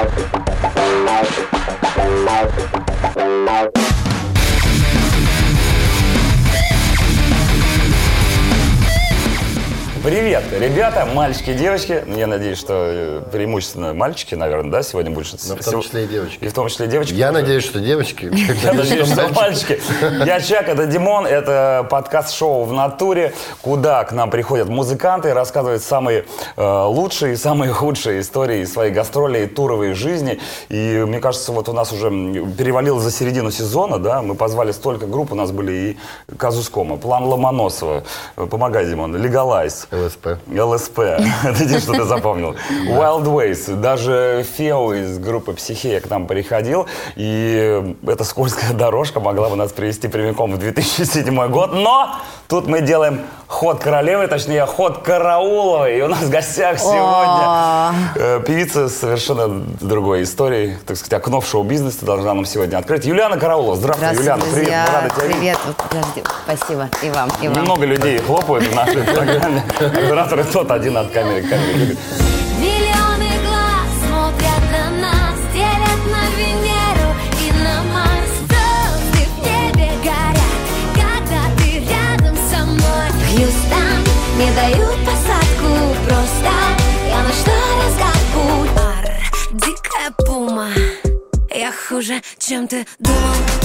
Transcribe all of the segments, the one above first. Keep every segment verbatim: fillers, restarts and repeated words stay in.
Привет, ребята, мальчики и девочки. Я надеюсь, что преимущественно мальчики, наверное, да, сегодня больше. Но в том числе и девочки. И в том числе и девочки. Я надеюсь, что девочки. Я надеюсь, что мальчики. Я Чак, это Димон, это подкаст-шоу «В натуре», куда к нам приходят музыканты и рассказывают самые э, лучшие и самые худшие истории из своей гастроли и туровой жизни. И мне кажется, вот у нас уже перевалило за середину сезона, да, мы позвали столько групп, у нас были и Казускома, План Ломоносова, помогай, Димон, Legalize. ЛСП. ЛСП. Это что ты запомнил. Wild Ways. Даже Фео из группы Психея к нам приходил. И эта скользкая дорожка могла бы нас привести прямиком в две тысячи седьмой год. Но тут мы делаем ход королевы, точнее, ход карауловой. И у нас в гостях сегодня э, певица с совершенно другой историей. Так сказать, окно в шоу-бизнес ты должна нам сегодня открыть. Юлиана Караулова. Здравствуй, Юлиана. Привет. Мы рады тебя видеть. Привет. Подожди. Спасибо. И вам, и вам. Много людей хлопают в нашей программе. Операторы тот один от камеры к камере. Миллионы глаз смотрят на нас, делят на Венеру и на Марс. Звезды в небе горят, когда ты рядом со мной. Хьюстон, не дают посадку просто. Я нашла разгадку. Пар, дикая пума, я хуже, чем ты думал.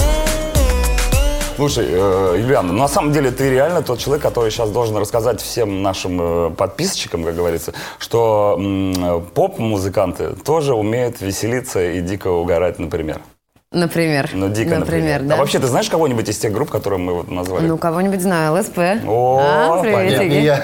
Слушай, э, Юлиана, на самом деле ты реально тот человек, который сейчас должен рассказать всем нашим э, подписчикам, как говорится, что э, поп-музыканты тоже умеют веселиться и дико угорать, например. Например. Ну, дико, например. например да. А вообще, ты знаешь кого-нибудь из тех групп, которые мы вот назвали? Ну, кого-нибудь знаю. ЛСП. О, а, понятно. Не я.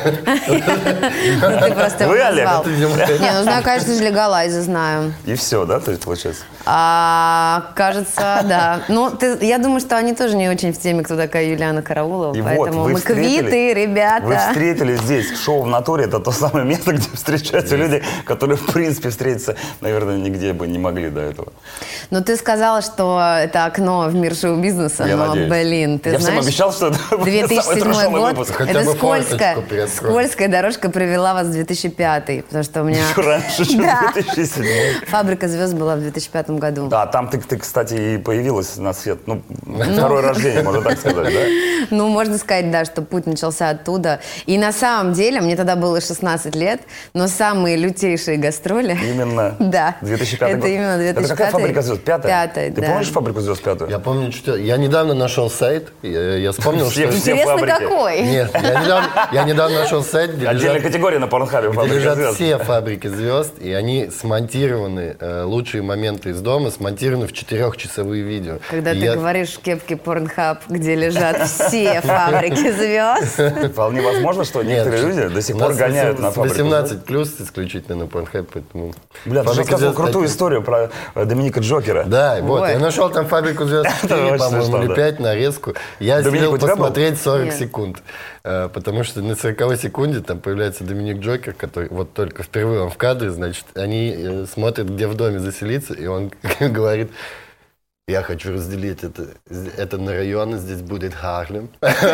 Ты просто Вы, его Олег? назвал. Не, ну знаю, конечно же, Legalize знаю. И все, да, то есть получается? А, кажется, да. Ну, ты, я думаю, что они тоже не очень в теме, кто такая Юлиана Караулова. И поэтому вот, вы мы встретили- квиты, ребята. Вы встретились здесь, в шоу «В натуре». Это то самое место, где встречаются люди, которые, в принципе, встретиться, наверное, нигде бы не могли до этого. Ну, ты сказала, что это окно в мир шоу-бизнеса, Я но, надеюсь. блин, ты Я знаешь... всем обещал, что это будет две тысячи самый седьмой трешовый год, выпуск. Хотя это бы скользкая, форточку приоткрой. скользкая дорожка привела вас в две тысячи пятый, потому что у меня... Еще раньше, чем Да. две тысячи седьмой. «Фабрика звезд» была в две тысячи пятом году. Да, там ты, ты, кстати, и появилась на свет. Ну, второе рождение, можно так сказать, да? Ну, можно сказать, да, что путь начался оттуда. И на самом деле, мне тогда было шестнадцать лет, но самые лютейшие гастроли... Именно Да. две тысячи пятый Это год. именно две тысячи пятый. Это какая «Фабрика звезд»? Пятая? Пятая, Ты да. помнишь «Фабрику звезд» пятую? Я помню, что... Я недавно нашел сайт, я, я вспомнил, Все- что... все Интересно, фабрики. какой? Нет, я недавно, я недавно нашел сайт, где Отдельная лежат, категория на Порнхабе где «Фабрика лежат звезд». все фабрики звезд, и они смонтированы, э, лучшие моменты из дома, смонтированы в четырехчасовые видео. Когда И ты я- говоришь в кепке Pornhub, где лежат все фабрики звезд. Вполне возможно, что Нет, некоторые люди до сих у пор нас гоняют на восемнадцать «Фабрику звезд». восемнадцать плюс исключительно на Pornhub, поэтому... Бля, ты же «Фабрика рассказывал звезд» крутую это- историю про э, Доминика Джокера. Да, вот, Ой. я нашел там «Фабрику звезд» Это четыре, очень по-моему, смешно, или да. пять нарезку. Я Доминик сидел у тебя был? посмотреть сорок Нет. секунд, э, потому что на сороковой секунде там появляется Доминик Джокер, который вот только впервые он в кадре, значит, они э, смотрят, где в доме заселиться, и он говорит: я хочу разделить это, это на районы, здесь будет Харлем.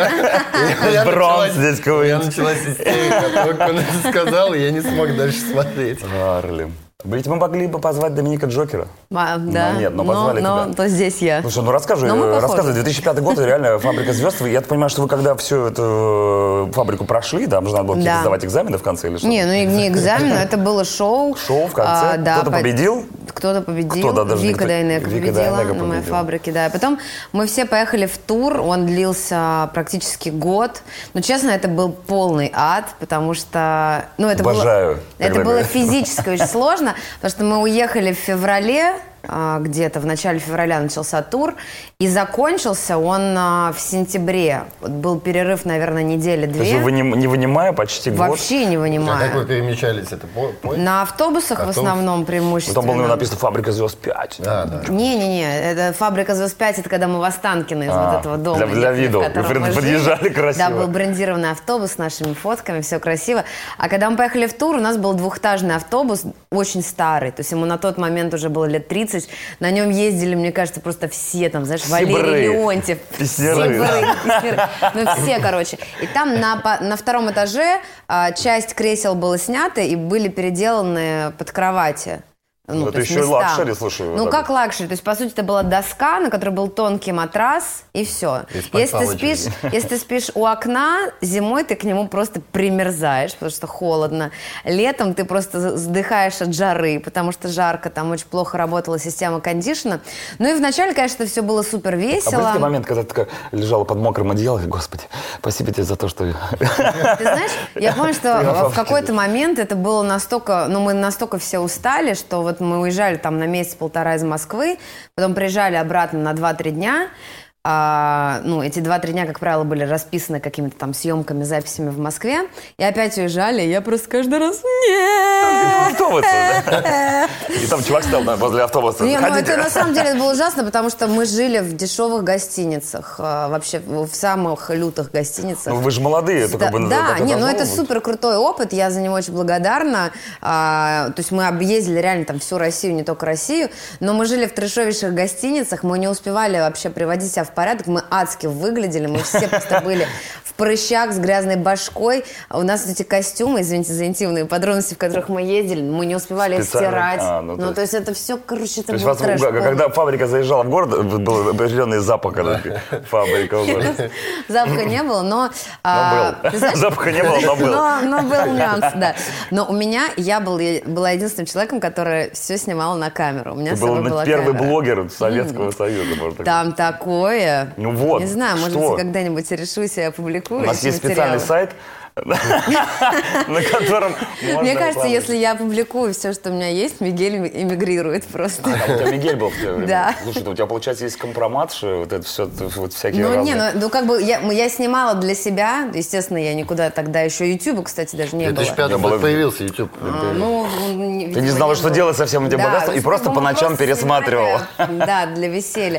Бронз здесь Я КВН. началась истерика, только он это сказал, и я не смог дальше смотреть. Харлем. Ведь мы могли бы позвать Доминика Джокера. А, да. Ну, нет, но позвали но, тебя. то здесь я. Ну что, ну расскажи, Но мы э, похожи. рассказывай, две тысячи пятый год, реально «Фабрика звезд». Я понимаю, что вы когда всю эту э, фабрику прошли, там же надо было какие-то Да. сдавать экзамены в конце или что? Не, ну и не экзамен, но это было шоу. Шоу в конце? А, да, Кто-то по- победил? Кто-то победил. Кто, да, даже Вика никто- Дайнеко Вика победила Дайнеко на моей победила. фабрике, да. И потом мы все поехали в тур, он длился практически год. Но, честно, это был полный ад, потому что... Ну, это Обожаю, было, когда это было говорят. физически очень сложно, потому что мы уехали в феврале, а, где-то в начале февраля начался тур, и закончился он а, в сентябре. Вот был перерыв, наверное, недели То есть две. вы не, не вынимая почти год? Вообще не А вынимая. как вы перемещались? Это по- по- На автобусах Автобус? в основном преимущественно. Там было написано «Фабрика звезд пять». А, да. Не-не-не, это «Фабрика звезд пять», это когда мы в Останкино из А, вот этого дома. для- для ехали, в виду. котором Вы мы жили. подъезжали красиво. Да, был брендированный автобус с нашими фотками, все красиво. А когда мы поехали в тур, у нас был двухэтажный автобус, очень старый. То есть ему на тот момент уже было лет тридцать. На нем ездили, мне кажется, просто все там, знаешь, Сибры. Валерий Леонтьев. Песняры. Сибры, песняры. Ну, все, короче. И там на, по- на втором этаже а, часть кресел было снято и были переделаны под кровати. Ну, это то есть еще и местам. лакшери, слушай. Ну, вот как так. лакшери? То есть, по сути, это была доска, на которой был тонкий матрас, и все. Из-под Если ты, палочки. спишь, если ты спишь у окна, зимой ты к нему просто примерзаешь, потому что холодно. Летом ты просто вздыхаешь от жары, потому что жарко, там очень плохо работала система кондишена. Ну и вначале, конечно, все было супер А был весело. ли момент, когда ты такая лежала под мокрым одеялом, и, господи, спасибо тебе за то, что... Ты знаешь, я помню, что в какой-то момент это было настолько, ну, мы настолько все устали, что вот мы уезжали там на месяц-полтора из Москвы, потом приезжали обратно на два-три дня. А, ну, эти два-три дня, как правило, были расписаны какими-то там съемками, записями в Москве. И опять уезжали, и я просто каждый раз нет. Автобусы, да? И там чувак стоял да, возле автобуса. Не, ну Заходите. это на самом деле было ужасно, потому что мы жили в дешевых гостиницах, а, вообще в самых лютых гостиницах. Ну вы же молодые, это Да, как бы... да, так и не, ну должно это быть. супер крутой опыт, я за него очень благодарна. А, то есть мы объездили реально там всю Россию, не только Россию, но мы жили в трешовейших гостиницах, мы не успевали вообще приводить себя в порядок, мы адски выглядели, мы все просто были в прыщах с грязной башкой. А у нас эти костюмы, извините за интимные подробности, в которых мы ездили, мы не успевали их Специально? стирать. А, ну, ну, то то есть это все, короче, это То есть был вас, трэш уга- полный. когда фабрика заезжала в город, был определенный запах, когда фабрика в городе. Запаха не было, но... а, был. ты знаешь, Запаха не было, но был. Но, но был нюанс, да. Но у меня, я был, я была единственным человеком, который все снимала на камеру. У меня Ты с собой был была первый камера. блогер Советского Союза, можно так сказать. Там такое. Ну вот, Не знаю, может что? быть, когда-нибудь решусь и опубликую У нас эти есть специальный материалы. сайт, на котором можно... Мне кажется, выкладывать. если я опубликую все, что у меня есть, Мигель эмигрирует просто. А, у тебя Мигель был в то время? Да. Слушай, у тебя, получается, есть компромат, что вот это все, вот всякие Ну, не, разные... ну, ну, как бы я, я снимала для себя. Естественно, я никуда тогда еще Ютуба, кстати, даже не В было. две тысячи пятом Я была- год появился YouTube. А, ну, он, Ты не знала, что делать со всем этим богатством, и просто по ночам пересматривала. Да, для веселья.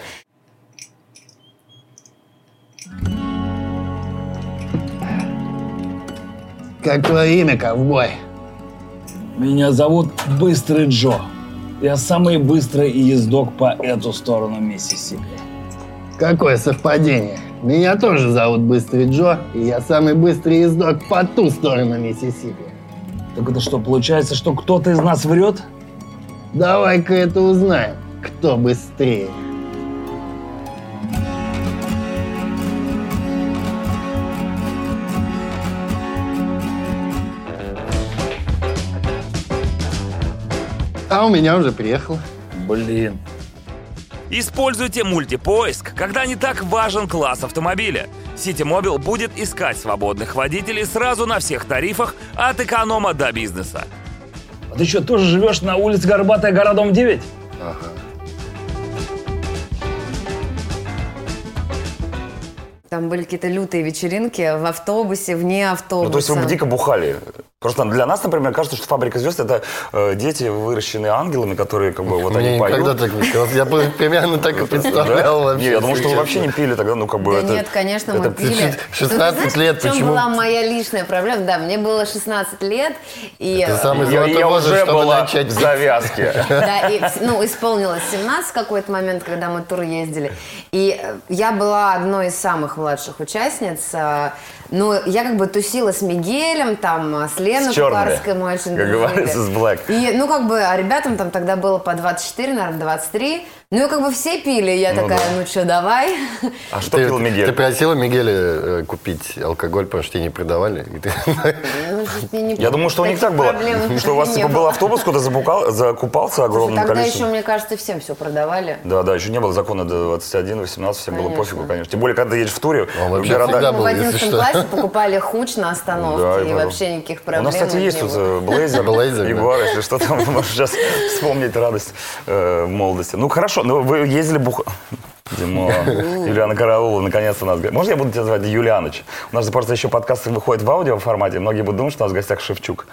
Как твое имя, ковбой? Меня зовут Быстрый Джо. Я самый быстрый ездок по эту сторону Миссисипи. Какое совпадение. Меня тоже зовут Быстрый Джо, и я самый быстрый ездок по ту сторону Миссисипи. Так это что, получается, что кто-то из нас врет? Давай-ка это узнаем, кто быстрее. А у меня уже приехал. Блин. Используйте мультипоиск, когда не так важен класс автомобиля. Ситимобил будет искать свободных водителей сразу на всех тарифах от эконома до бизнеса. А ты что, тоже живешь на улице Горбатая гора, дом девять? Там были какие-то лютые вечеринки в автобусе, вне автобуса. Ну, то есть вы дико бухали. Просто для нас, например, кажется, что «Фабрика звезд» — это э, дети, выращенные ангелами, которые как бы вот Мне они никогда поют. так не казалось. Я бы примерно так и представлял Да? вообще. Не, я думал, что вы если вообще не пили тогда, ну как бы Да это... нет, конечно, мы это пили. шестнадцать Ну, ты знаешь, лет, в чем почему? была моя личная проблема? Да, мне было шестнадцать лет, и... Это самый Я, золотой я возраст, уже чтобы была начать. в завязке. Да, и, ну, исполнилось семнадцать в какой-то момент, когда мы тур ездили. И э, я была одной из самых младших участниц. э, Ну, я как бы тусила с Мигелем, там, с Леной С черными, Кукарской, мы очень как дружили. говорится, с Black. И, ну, как бы, а ребятам там тогда было по двадцать четыре, наверное, двадцать три. Ну, и как бы все пили. Я Ну такая, да. ну, что, давай. А что Ты, пил Мигель? ты просила Мигеля э, купить алкоголь, потому что тебе не продавали? И ты- Ну, чуть ли не- Я думаю, что у них таких так было, проблем что у вас не типа был было. автобус, куда забукал- закупался огромным Тогда количеством. еще, мне кажется, всем все продавали. Да, да, еще не было закона до двадцати одного восемнадцати, всем было Конечно. пофигу, конечно. Тем более, когда ты едешь в туре, Он в вообще города- всегда Мы был, в если одиннадцатом что. классе покупали хуч на остановке, Да, и и вообще никаких У проблем нас, кстати, не есть тут было. э, блейзер, Блейзер, да. Ягуар, если что, там можешь сейчас вспомнить радость э, молодости. Ну, хорошо, но вы ездили бух... Димон, Юлиана Караулова, наконец-то у нас... Можно я буду тебя звать Юлианыч? У нас просто еще подкаст выходит в аудио формате, многие будут думать, что у нас в гостях Шевчук.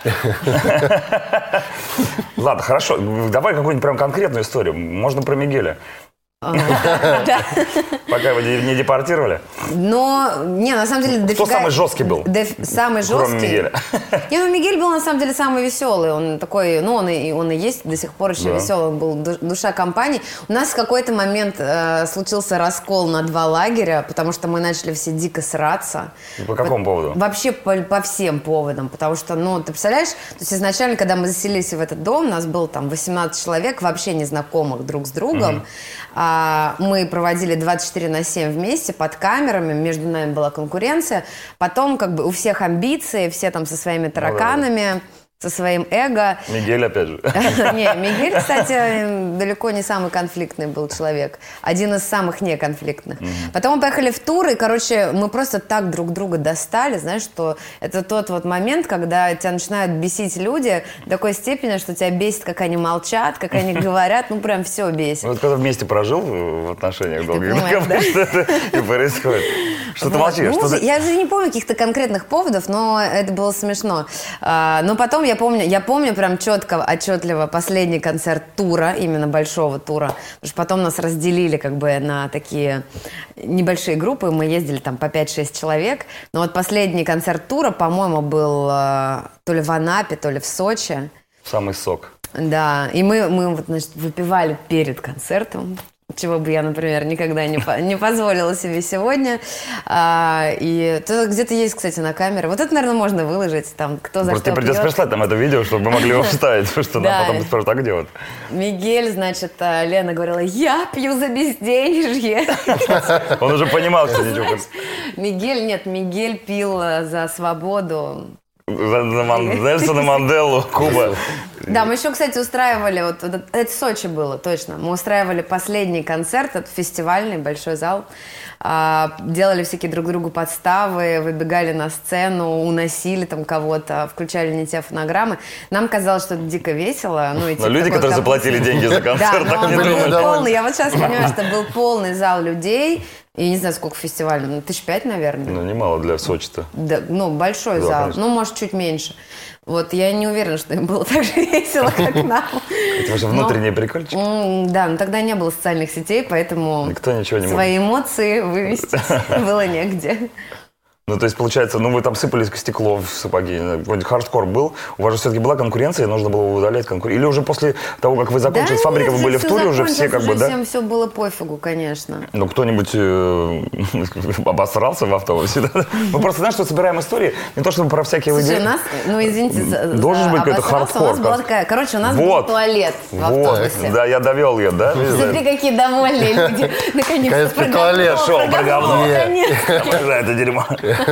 Ладно, хорошо, давай какую-нибудь прям конкретную историю. Можно про Мигеля. Пока его не не депортировали? Но, не, на самом деле, Кто дофига... самый жесткий был? Доф- Самый Кроме жесткий? Мигеля. Не, ну, Мигель был, на самом деле, самый веселый. Он такой, ну, он и, он и есть до сих пор еще Да. веселый. Он был ду- душа компании. У нас в какой-то момент э, случился раскол на два лагеря, потому что мы начали все дико сраться. По какому поводу? Вообще по, по всем поводам, потому что, ну, ты представляешь, то есть изначально, когда мы заселились в этот дом, нас было там восемнадцать человек, вообще незнакомых друг с другом. Мгм. А, мы проводили двадцать четыре на семь вместе под камерами, между нами была конкуренция. Потом как бы у всех амбиции, все там со своими тараканами, со своим эго. Мигель, опять же. Не, Мигель, кстати, далеко не самый конфликтный был человек. Один из самых неконфликтных. Потом мы поехали в тур, и, короче, мы просто так друг друга достали, знаешь, что это тот вот момент, когда тебя начинают бесить люди до такой степени, что тебя бесит, как они молчат, как они говорят, ну, прям все бесит. Вот когда вместе прожил в отношениях долгих, понимаешь, да? что это и происходит. Что ты Вот. молчишь? Ну, Что ты- Я же не помню каких-то конкретных поводов, но это было смешно. А, но потом я помню, я помню прям четко, отчетливо последний концерт тура, именно большого тура. Потому что потом нас разделили как бы на такие небольшие группы, мы ездили там по пять-шесть человек. Но вот последний концерт тура, по-моему, был а, то ли в Анапе, то ли в Сочи. Самый сок. Да, и мы, мы вот, значит, выпивали перед концертом, чего бы я, например, никогда не, по- не позволила себе сегодня. А, и это где-то есть, кстати, на камере. Вот это, наверное, можно выложить, там, кто за Просто тебе что придется пьет. прислать нам это видео, чтобы мы могли его вставить, потому что Да. нам потом спрашивают, а где вот? Мигель, значит, а, Лена говорила, я пью за безденежье. Он уже понимал, что ничего. Мигель, нет, Мигель пил а, за свободу. За, за Ман- Нельсона Манделу, Куба. Да, мы еще, кстати, устраивали, вот, вот это, это в Сочи было, точно. Мы устраивали последний концерт, это фестивальный, большой зал. А, делали всякие друг другу подставы, выбегали на сцену, уносили там кого-то, включали не те фонограммы. Нам казалось, что это дико весело. Ну, и, Но типа, люди, такой которые кап- заплатили деньги за Да, концерт, но так он не был думали. полный, я вот сейчас понимаю, что был полный зал людей. И не знаю, сколько фестивалей, ну, тысяч пять, наверное. Ну, немало для Сочи-то. Да, ну, большой Да, зал, конечно. ну, может, чуть меньше. Вот, я не уверена, что им было так же весело, как нам. Это ваши внутренние прикольчики. М, Да, но тогда не было социальных сетей, поэтому Никто ничего не мог. свои эмоции вывести было негде. Ну, то есть, получается, ну, вы там сыпали стекло в сапоги, какой-нибудь хардкор был. У вас же все-таки была конкуренция, и нужно было удалять конкуренцию. Или уже после того, как вы закончили с фабрикой, вы были в туре, уже все как бы, да? Всем все было пофигу, конечно. Ну, кто-нибудь э, обосрался в автобусе, да? Мы просто, знаешь, что собираем истории, не то чтобы про всякие Слушай, идеи. у нас, ну, извините, за- Должен за быть какой-то обосрался, хардкор. У нас была как- такая, короче, у нас был Вот. туалет в Вот, автобусе. да, я довел ее, да? Смотри, какие довольные люди. Наконец-то Конечно, про туалет, говно, шоу про про говно, говно. наконец-то. Обожаю это дерьмо.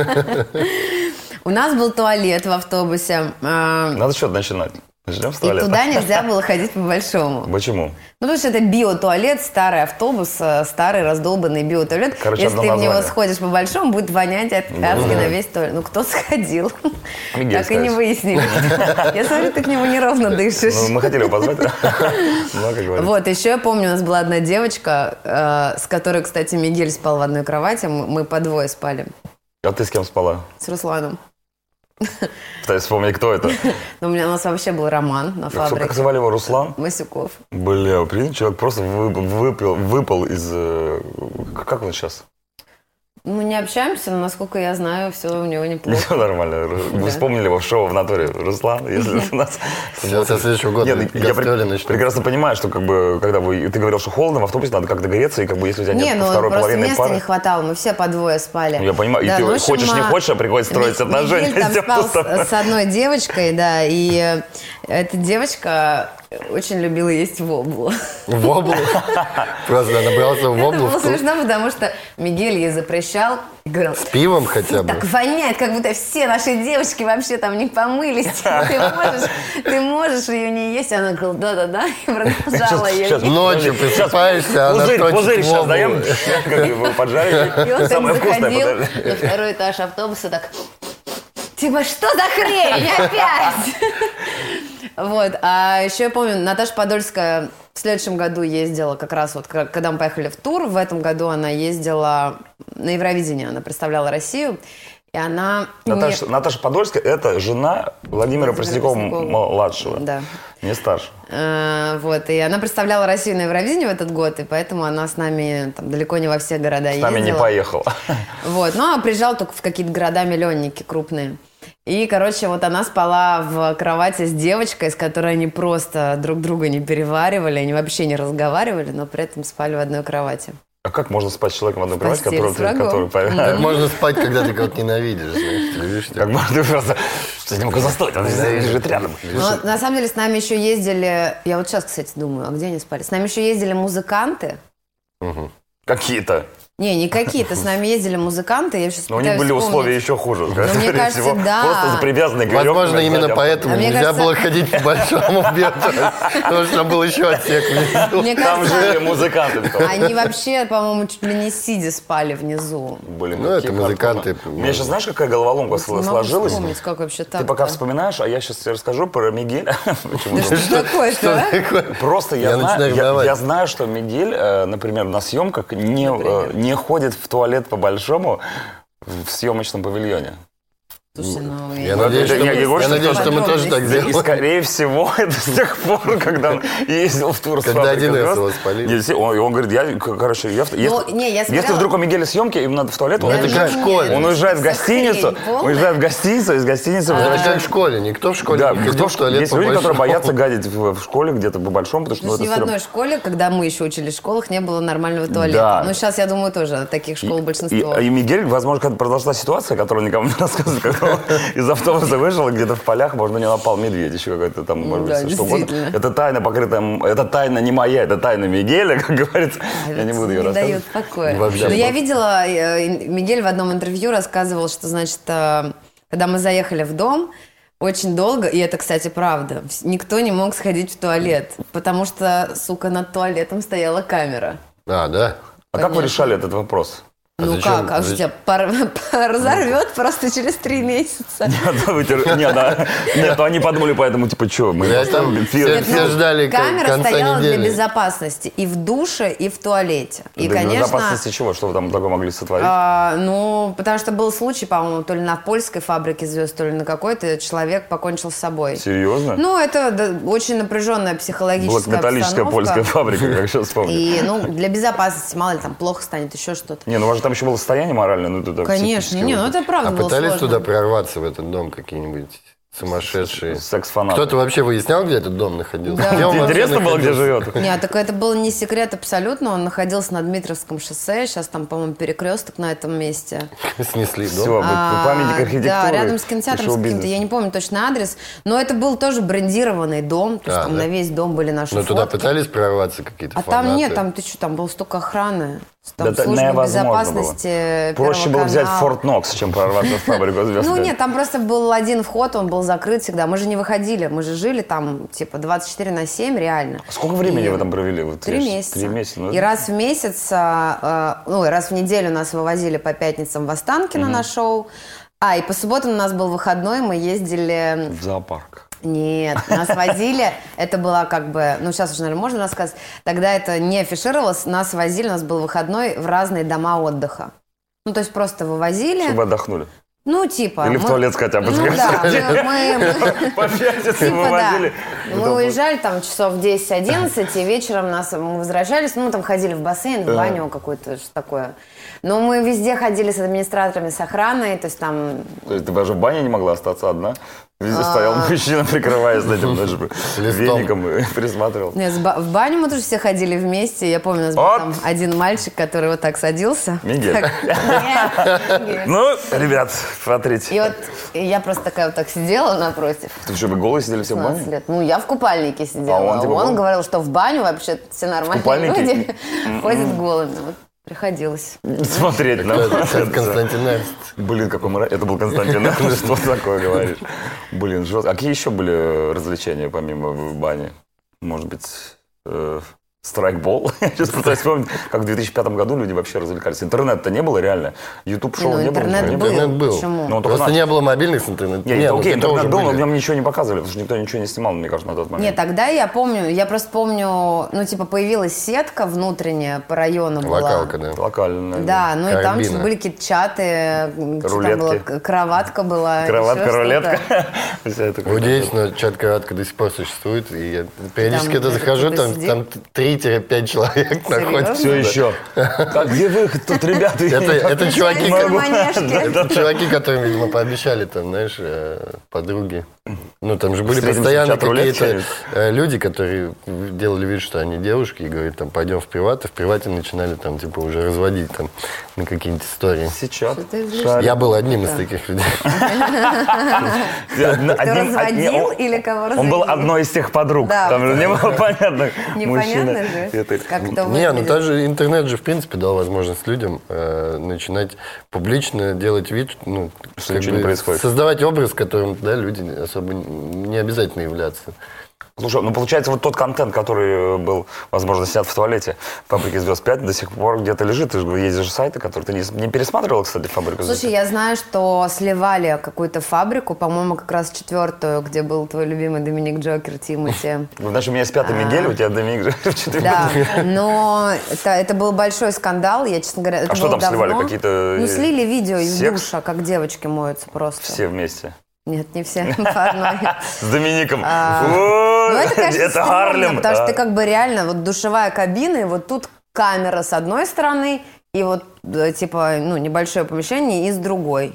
У нас был туалет в автобусе. а, Надо что-то начинать. Начнем с И туалета. туда нельзя было ходить по-большому. Почему? Ну, потому что это биотуалет, старый автобус, э, старый раздолбанный биотуалет. Короче, Если одно ты в него название. сходишь по-большому, будет вонять от краски на весь туалет. Ну, кто сходил? Мигель, Так и не скажешь. выяснили. Я смотрю, ты к нему неровно дышишь. Ну, мы хотели его позвать. Но, как говорится. Вот, еще я помню, у нас была одна девочка, э, с которой, кстати, Мигель спал в одной кровати, мы мы по двое спали А ты с кем спала? с Русланом. Пытаюсь вспомнить, кто это. Но у меня у нас вообще был роман на Как, как фабрике. звали его? Руслан? Масюков. Бля, прикинь, человек просто вы- выпил, выпал из... э, Как он сейчас? Мы не общаемся, но, насколько я знаю, все у него неплохо. Все нормально. Вы Да. вспомнили его в шоу в натуре. Руслан, если ты нас... Сейчас со следующего года Нет, я гастроли пре- начнут. прекрасно понимаю, что как бы, когда вы, ты говорил, что холодно, в автобусе надо как-то греться, и как бы если у тебя Не, нет ну второй просто половины места пары... не хватало, мы все по двое спали. Ну, я понимаю, и ты ну, в общем, хочешь, не а, хочешь, а приходится строить Ми- отношения Мигель там с тем, спал кто с тобой. с, с одной девочкой, да, и э, эта девочка очень любила есть воблу. Воблу. Просто набрался в Это воблу. было смешно, потому что Мигель ей запрещал и говорил, С пивом хотя бы. так воняет, как будто все наши девочки вообще там не помылись. Ты можешь, ты можешь ее не есть. Она говорила, да-да-да, и продолжала ее Сейчас, есть. Ночью просыпаешься, а она Пузырь, точит пузырь сейчас воблу. даем, как его поджарили. И он так Самое вкусное, заходил подожди. на второй этаж автобуса, так, типа, что за хрень опять? Вот, а еще я помню, Наташа Подольская в следующем году ездила как раз вот, к- когда мы поехали в тур, в этом году она ездила на Евровидение, она представляла Россию, И она... Наташа, мне- Наташа Подольская – это жена Владимира Владимира Преснякова-младшего, Да. не старше. Э, Вот, и она представляла Россию на Евровидении в этот год, и поэтому она с нами там, далеко не во все города С ездила. нами не поехала. Вот, ну, а приезжала только в какие-то города-миллионники крупные. И, короче, вот она спала в кровати с девочкой, с которой они просто друг друга не переваривали, они вообще не разговаривали, но при этом спали в одной кровати. А как можно спать с человеком в одной кровати, постели которого с ты, врагом. который Как можно спать, когда ты кого-то ненавидишь, знаешь? Ты видишь, Как можно ты просто... Что я не могу заснуть, он лежит рядом. Но на самом деле с нами еще ездили, я вот сейчас, кстати, думаю, а где они спали? С нами еще ездили музыканты. Какие-то. Не, не какие-то, с нами ездили музыканты, я сейчас Но у них были условия еще хуже. скорее кажется, всего. да. Просто привязанный к веревкам. Возможно, именно сзади. поэтому А мне нельзя кажется- было ходить по большому бедра, потому что там был еще отсек внизу. Мне Там кажется, жили музыканты. в том. они вообще, по-моему, чуть ли не сидя спали внизу. Блин, Ну, это какие музыканты. хардкорные. У меня сейчас, знаешь, какая головоломка Не могу сложилась? вспомнить, как вообще так. Ты пока вспоминаешь, а я сейчас тебе расскажу про Мигеля. Почему? Да что такое-то, а? Просто я, Я знаю, начинаю я, ревновать. я знаю, что Мигель, э, например, на съемках не, э, не ходит в туалет по-большому в съемочном павильоне. Слушай, ну... Я Вот надеюсь, это что я- я мы- говорю, я что надеюсь, это что мы тоже так подробности. И, сделаем. скорее всего, это с тех пор, когда он ездил в тур с Когда «Фабрикой один эс звезд». его спалили. Нет, он, и он говорит, я, к- короче, я, в- если, не, я если смотрела- вдруг у Мигеля съемки, им надо в туалет, он, это уезжает, как в школе. он уезжает в Что за гостиницу, хрень полная? уезжает в гостиницу, из гостиницы Это как в возвращается. школе. Никто в школе Да, не ходил кто в туалет есть люди, которые по-большому. боятся гадить в, в школе где-то по-большому, потому что ну, Слушай, ни это в всё одной равно- школе, когда мы еще учились в школах, не было нормального туалета. Да. Ну, сейчас, я думаю, тоже таких школ большинство. И, и Мигель, возможно, когда произошла ситуация, которую никому не рассказывали, когда он из автобуса вышел, и где-то в полях, может, на него напал медведь, еще какой-то там, может быть, да, что угодно. действительно. Это тайна покрытая, это тайна не моя, это тайна Мигеля, как говорится. Я не буду ее не рассказывать. дают покоя. Вообще Но я просто. видела, э, Мигель в одном интервью рассказывал, что, значит, э, когда мы заехали в дом, очень долго, и это, кстати, правда, вс- никто не мог сходить в туалет, потому что, сука, над туалетом стояла камера. А, да? А как вы Конечно. решали этот вопрос? Ну зачем- как, а что зачем- тебя пор- пор- разорвет просто через три месяца? Нет, вы тер- Нет, да. Нет, ну они подумали, поэтому, типа, что, мы Я поставим там фир- все- все ждали кон- Камера конца стояла для недели. безопасности и в душе, и в туалете. И, Для конечно, безопасности чего? Что вы там такое могли сотворить? а, ну, потому что был случай, по-моему, то ли на польской фабрике звезд, то ли на какой-то, человек покончил с собой. Серьезно? Ну, это да, очень напряженная Была психологическая металлическая обстановка. польская фабрика, как сейчас вспомню. И, ну, для безопасности, мало ли, там плохо станет, еще что-то. Не, ну у вас же там еще было состояние моральное, ну это Конечно, психическое не, вот ну это правда А было пытались сложно. туда прорваться, в этот дом, какие-нибудь сумасшедшие? секс-фанаты. Кто-то вообще выяснял, где этот дом находился? Да. Где он Тебе вообще интересно было, где находился? живет? Нет, так это был не секрет абсолютно. Он находился на Дмитровском шоссе. Сейчас там, по-моему, перекресток на этом месте. Снесли Все, дом. А, памятник архитектуры. Да, рядом с и кинотеатром с шоу-бизнеса. каким-то, я не помню точно адрес, но это был тоже брендированный дом, то есть А, там да? на весь дом были наши Но туда фотки. пытались прорваться какие-то А фанаты? там нет, там ты что, там было столько охраны, там Да это служба невозможно безопасности, было. Проще Первого было взять канала. Форт Нокс, чем прорваться в фабрику звезд. Ну нет, там просто был один вход, он был закрыт всегда. Мы же не выходили, мы же жили там типа двадцать четыре на семь реально. Сколько времени И- вы там провели? Вот Три я- месяца. Три месяца. ну, И раз в месяц, а, а, ну, и раз в неделю нас вывозили по пятницам в Останкино на шоу. А, и по субботам у нас был выходной, мы ездили... В зоопарк. Нет, нас возили, это была как бы, ну сейчас уже, наверное, можно рассказать, тогда это не афишировалось, нас возили, у нас был выходной в разные дома отдыха. Ну, то есть просто вывозили, Чтобы отдохнули. ну, типа... Или в мы- туалет хотя бы Ну да, сходили. мы- мы- По пятницам Типа, да. вывозили. Мы уезжали там часов десять-одиннадцать, и вечером нас мы возвращались, ну, мы там ходили в бассейн, в баню какую-то, что такое. Но мы везде ходили с администраторами, с охраной, то есть там... То есть ты даже в бане не могла остаться одна? Везде А. стоял мужчина, прикрываясь этим даже Листом. веником и присматривал. Нет, с ба- в баню мы тоже все ходили вместе. Я помню, у нас был Вот. там один мальчик, который вот так садился. Мигель. Так, нет. Ну, ребят, смотрите. И вот я просто такая вот так сидела напротив. Ты что, вы голые сидели все в шестнадцать бане? лет. Ну, я в купальнике сидела. А он типа он был? говорил, что в баню вообще все нормальные купальнике? люди ходят голыми. Вот приходилось. Смотреть на Это как Константин Эрнст. Блин, какой мра... Это был Константин. да? Что ты такое говоришь? Блин, жестко. А какие еще были развлечения помимо бани? Может быть, э, Страйкбол. Я сейчас пытаюсь вспомнить, как в две тысячи пятом году люди вообще развлекались. Интернета-то не было реально. Ютуб-шоу Ну, не было. интернет ничего не был. Интернет был. Почему? Ну, только Просто наш. не было мобильных с интернетом. Не, Не, это ну, окей, это уже интернет был, но были. в нем ничего не показывали, потому что никто ничего не снимал, мне кажется, на тот момент. Нет, тогда я помню, я просто помню, ну, типа, появилась сетка внутренняя по району была. Локалка, да. Локально. Да, ну и там Карабина. что-то были какие-то чаты, что там Рулетки. было, к- кроватка была. Кроватка, еще рулетка. что-то. Вся эта Вот действительно, чат-кроватка до сих пор существует. И я периодически Там туда захожу, кто-то там, сидит? там три-пять человек находится. Все еще. Как, где выход тут, ребята? Это, это чуваки, Специалисты ко- манежки. это чуваки, которым, видимо, пообещали, там, знаешь, э, подруги. Ну, там же были Встретимся в постоянно чат-рулетке какие-то что-нибудь? э, люди, которые делали вид, что они девушки, и говорят, там, пойдем в приват, и в привате начинали, там, типа, уже разводить, там, на какие-нибудь истории. Сейчас. Что-то излишне. Шарик. Я был одним из таких людей. Ты разводил или кого разводил? Он был одной из тех подруг. Да. Там же не было понятно. Непонятно мужчина. же, Это- как это Не, ну выглядит. даже интернет же, в принципе, дал возможность людям э, начинать публично делать вид, ну, Что как ничего не бы происходит. создавать образ, которым, да, люди особо не обязательно являться. Слушай, ну получается, вот тот контент, который был, возможно, снят в туалете «Фабрики звезд пять», до сих пор где-то лежит. Ты же есть же сайты, которые ты не, не пересматривала, кстати, «Фабрику звезд»? Слушай, я знаю, что сливали какую-то фабрику, по-моему, как раз четвертую, где был твой любимый Доминик Джокер, Тимати. Ну, значит, у меня есть пятый Мигель, у тебя Доминик же в четвертом. Да, но это, это был большой скандал, я, честно говоря, это А что было там сливали? давно. Какие-то, Ну, э, слили видео из секс? душа, как девочки моются просто. Все вместе. Нет, не все, по одной. С Домиником. А, О, Ну, это, конечно, это стрёмно, Гарлем. потому что А. ты как бы реально, вот душевая кабина, и вот тут камера с одной стороны, и вот, э, типа, ну, небольшое помещение и с другой.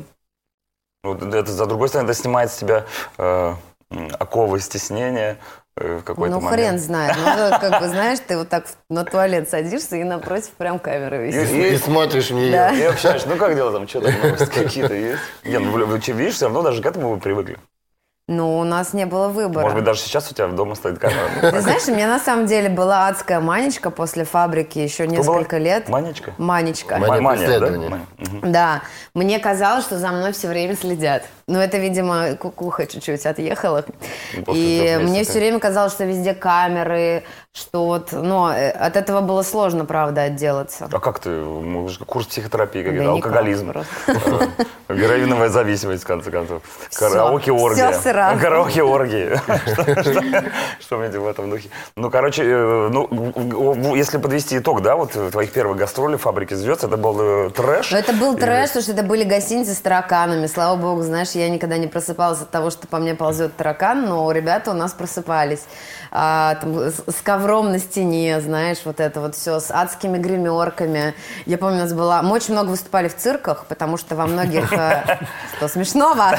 Вот это, за другой стороны, это снимает с тебя э, м, оковы стеснения э, в какой-то Ну, момент. хрен знает. Ну, это как бы, знаешь, ты вот так на туалет садишься, и напротив прям камера висит. И, и смотришь в нее. Да. И общаешься, ну как дела там, что там, новости какие-то есть? Не, ну, вы- вы че, видишь, все равно даже к этому вы привыкли. Ну, у нас не было выбора. Может быть, даже сейчас у тебя дома стоит камера. Ты знаешь, у меня на самом деле была адская манечка после фабрики еще Кто была? несколько лет. Манечка? Манечка. Мания Мания, да? преследования. Мания. Мгм. Да, мне казалось, что за мной все время следят. Но это, видимо, кукуха чуть-чуть отъехала. Ну, после И трех месяцев, мне да. все время казалось, что везде камеры, что вот, ну, э, от этого было сложно, правда, отделаться. А как ты? Может, курс психотерапии, Да какой-то, никак алкоголизм, просто. э, героиновая зависимость, в конце концов. Всё. Караоке-оргия. Всё сразу. Караоке-оргии. Что- что- Что-нибудь в этом духе. Ну, короче, э, ну, в- в- если подвести итог, да, вот э, твоих первых гастролей «Фабрики звезд», это был э, трэш? Но это был Или- трэш, потому что это были гостиницы с тараканами. Слава богу, знаешь, я никогда не просыпалась от того, что по мне ползет таракан, но ребята у нас просыпались. А, там, с, с ковром на стене, знаешь, вот это вот все, с адскими гримерками. Я помню, у нас была... Мы очень много выступали в цирках, потому что во многих... э, Что смешного?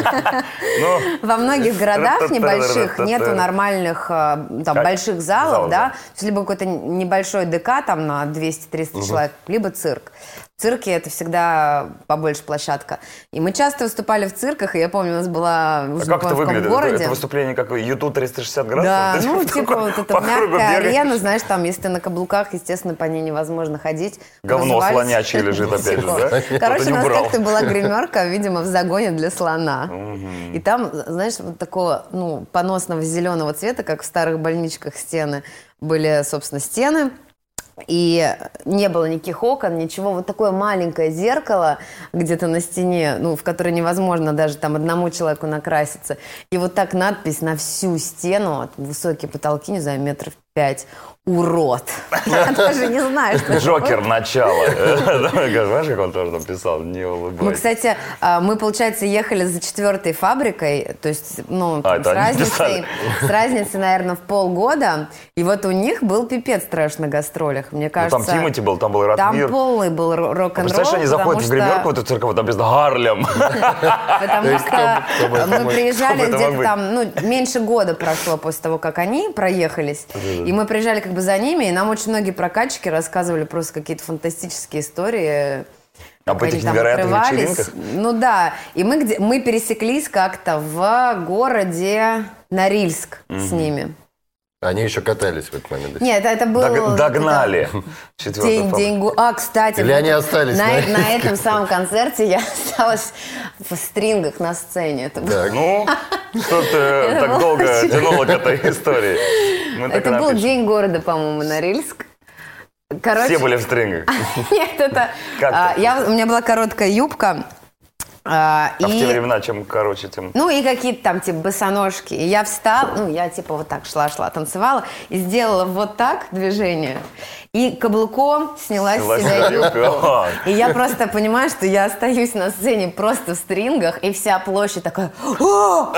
Ну, Во многих городах небольших нету нормальных э, там, Как? больших залов, Залов, да? да. То есть либо какой-то небольшой ДК там на двести-триста человек, либо цирк. В цирке это всегда побольше площадка. И мы часто выступали в цирках, и я помню, у нас была а уже как не это помню, в каком выглядит? Это, городе. это выступление как Ютуб триста шестьдесят градусов? Да, Ты ну, по типа кругу- вот эта по кругу мягкая бегаешь? арена, знаешь, там, если ты на каблуках, естественно, по ней невозможно ходить. Говно Назывались- слонячье лежит опять же, да? Кто-то Короче, не у нас убрал. как-то была гримерка, видимо, в загоне для слона. И там, знаешь, вот такого, ну, поносного зеленого цвета, как в старых больничках стены, были, собственно, стены. И не было никаких окон, ничего. Вот такое маленькое зеркало где-то на стене, ну, в которое невозможно даже там одному человеку накраситься. И вот так надпись на всю стену, высокие потолки, не знаю, метров пять. Урод. Я даже не знаю, что это Джокер такое. начало. Знаешь, как он тоже там писал? Не Мы, улыбайся. кстати, а, мы, получается, ехали за четвертой фабрикой, то есть, ну, А, с, это они разницей, писали. с разницей, наверное, в полгода. И вот у них был пипец трэш на гастролях. Мне Ну, кажется, там Тимати был, там был там Ратмир. полный был ро- рок-н-ролл. Представляешь, они заходят в потому гримерку, что- в эту церковь, там написано «Гарлем». Потому есть что кто- кто бы это мы мог- приезжали кто бы это мог где-то быть? там, ну, меньше года прошло после того, как они проехались. И мы приезжали как бы за ними, и нам очень многие прокатчики рассказывали просто какие-то фантастические истории. Об как этих они там невероятных открывались. вечеринках? Ну да. И мы, где, мы пересеклись как-то в городе Норильск с ними. Они еще катались в этот момент. Нет, это, это был... Дог- догнали. Четвертый День, день... гу- А, кстати... Или вот они остались на, на на этом самом концерте я осталась в стрингах на сцене. Это, было- Так. Ну, что ты так было долго очень- тянула к этой истории? Мы так и это был напишем. день города, по-моему, Норильск. Короче, Все были в стрингах. нет, это... Как а, так? я, у меня была короткая юбка. А, А в и- те времена, чем короче, тем... Ну и какие-то там типа босоножки. И я встала, ну я типа вот так шла-шла, танцевала и сделала вот так движение. И каблуком сняла Сняла с себя себя юбку. юбку. Ага. И я просто понимаю, что я остаюсь на сцене просто в стрингах, и вся площадь такая... «О!»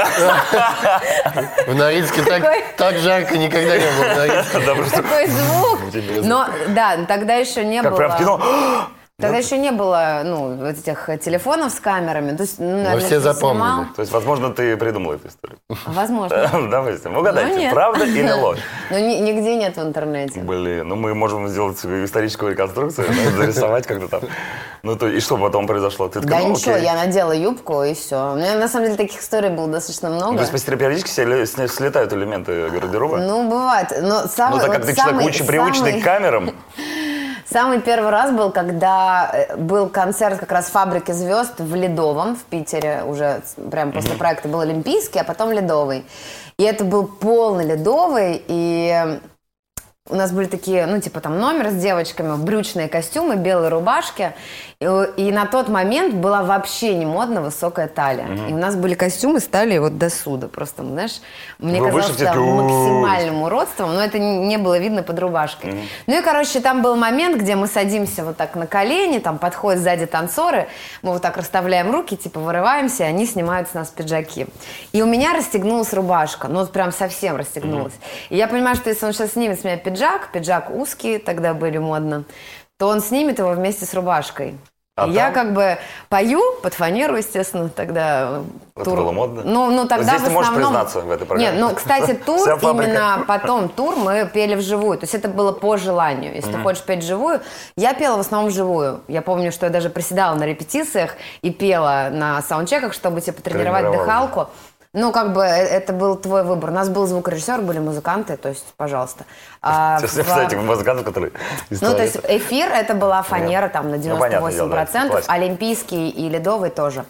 В Норильске так, Такой- так жарко никогда не было в Норильске. Да, просто Такой звук. Тебе Но да, тогда еще не как было... прям в кино. Тогда еще не было, ну, вот этих телефонов с камерами. То есть, ну, наверное, все кто запомнили. снимал. То есть, возможно, ты придумала эту историю. Возможно. Допустим. Но Угадайте, нет. правда или ложь? Но ни- нигде нет в интернете. Блин, ну мы можем сделать историческую реконструкцию, да, зарисовать как-то там. Ну, то, и что потом произошло? Ты такая, Да ну, ничего, окей. я надела юбку и все. У меня на самом деле таких историй было достаточно Ну, много. то есть, периодически себе с- слетают элементы гардероба? Ну, бывает. Но самый, Ну, так как вот ты человек самый- очень привычный самый- к камерам, Самый первый раз был, когда э, был концерт как раз «Фабрики звезд» в Ледовом, в Питере. Уже прям после проекта был Олимпийский, а потом Ледовый. И это был полный Ледовый, и у нас были такие, ну, типа там номер с девочками, брючные костюмы, белые рубашки. И, и на тот момент была вообще не модна высокая талия. И у нас были костюмы с талией вот до суда. Просто, знаешь, мне Вы казалось, вышли что такие, «У-у-у». максимальным уродством, но это не не было видно под рубашкой. Ну и, короче, там был момент, где мы садимся вот так на колени, там подходят сзади танцоры, мы вот так расставляем руки, типа вырываемся, и они снимают с нас пиджаки. И у меня расстегнулась рубашка, ну вот прям совсем расстегнулась. И я понимаю, что если он сейчас снимет с меня пиджак, пиджак узкий, тогда были модно, то он снимет его вместе с рубашкой. А И я там? как бы пою под фанеру, естественно, тогда... Это было модно? Ну, ну тогда Здесь в ты можешь основном... признаться в этой программе. Нет, ну, кстати, тур Вся фабрика. именно потом тур мы пели вживую. То есть это было по желанию. Если ты хочешь петь вживую, я пела в основном вживую. Я помню, что я даже приседала на репетициях и пела на саундчеках, чтобы типа тренировать Тренировалась. дыхалку. Ну, как бы э- это был твой выбор. У нас был звукорежиссер, были музыканты, то есть, пожалуйста. А Сейчас, в- кстати, музыкантов, которые... ну, то есть эфир это была фанера там на Ну, девяносто понятное восемь дело, да, процентов, классика. олимпийский и ледовый тоже.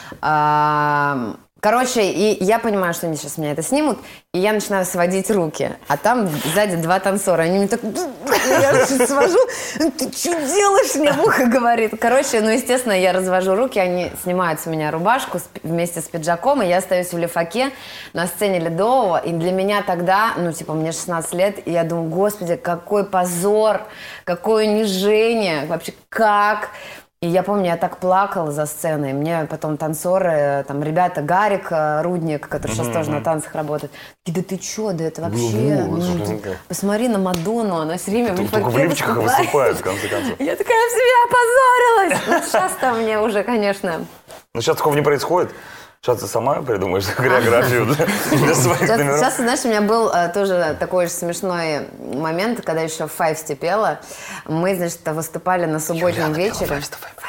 А, Короче, и я понимаю, что они сейчас меня это снимут, и я начинаю сводить руки, а там сзади два танцора, они мне так, я сейчас свожу, ты что делаешь, мне в ухо говорит. Короче, ну, естественно, я развожу руки, они снимают с меня рубашку с- вместе с пиджаком, и я остаюсь в лифаке на сцене Ледового, и для меня тогда, ну, типа, мне шестнадцать лет, и я думаю, господи, какой позор, какое унижение, вообще как... И я помню, я так плакала за сценой. Мне потом танцоры, там, ребята, Гарик э, Рудник, который сейчас тоже на танцах работает, такие, да ты чё, да это вообще... ну, ты посмотри на Мадонну, она все время в Только в лифаке лифчиках выступает». выступают, в конце концов. Я такая в себя опозорилась. Ну, сейчас-то мне уже, конечно... Но сейчас такого не происходит. Сейчас ты сама придумаешь хореографию для, для своих Сейчас, номеров. сейчас, знаешь, у меня был э, тоже такой же смешной момент, когда еще в Файвсте пела. Мы, значит, выступали на субботнем вечере.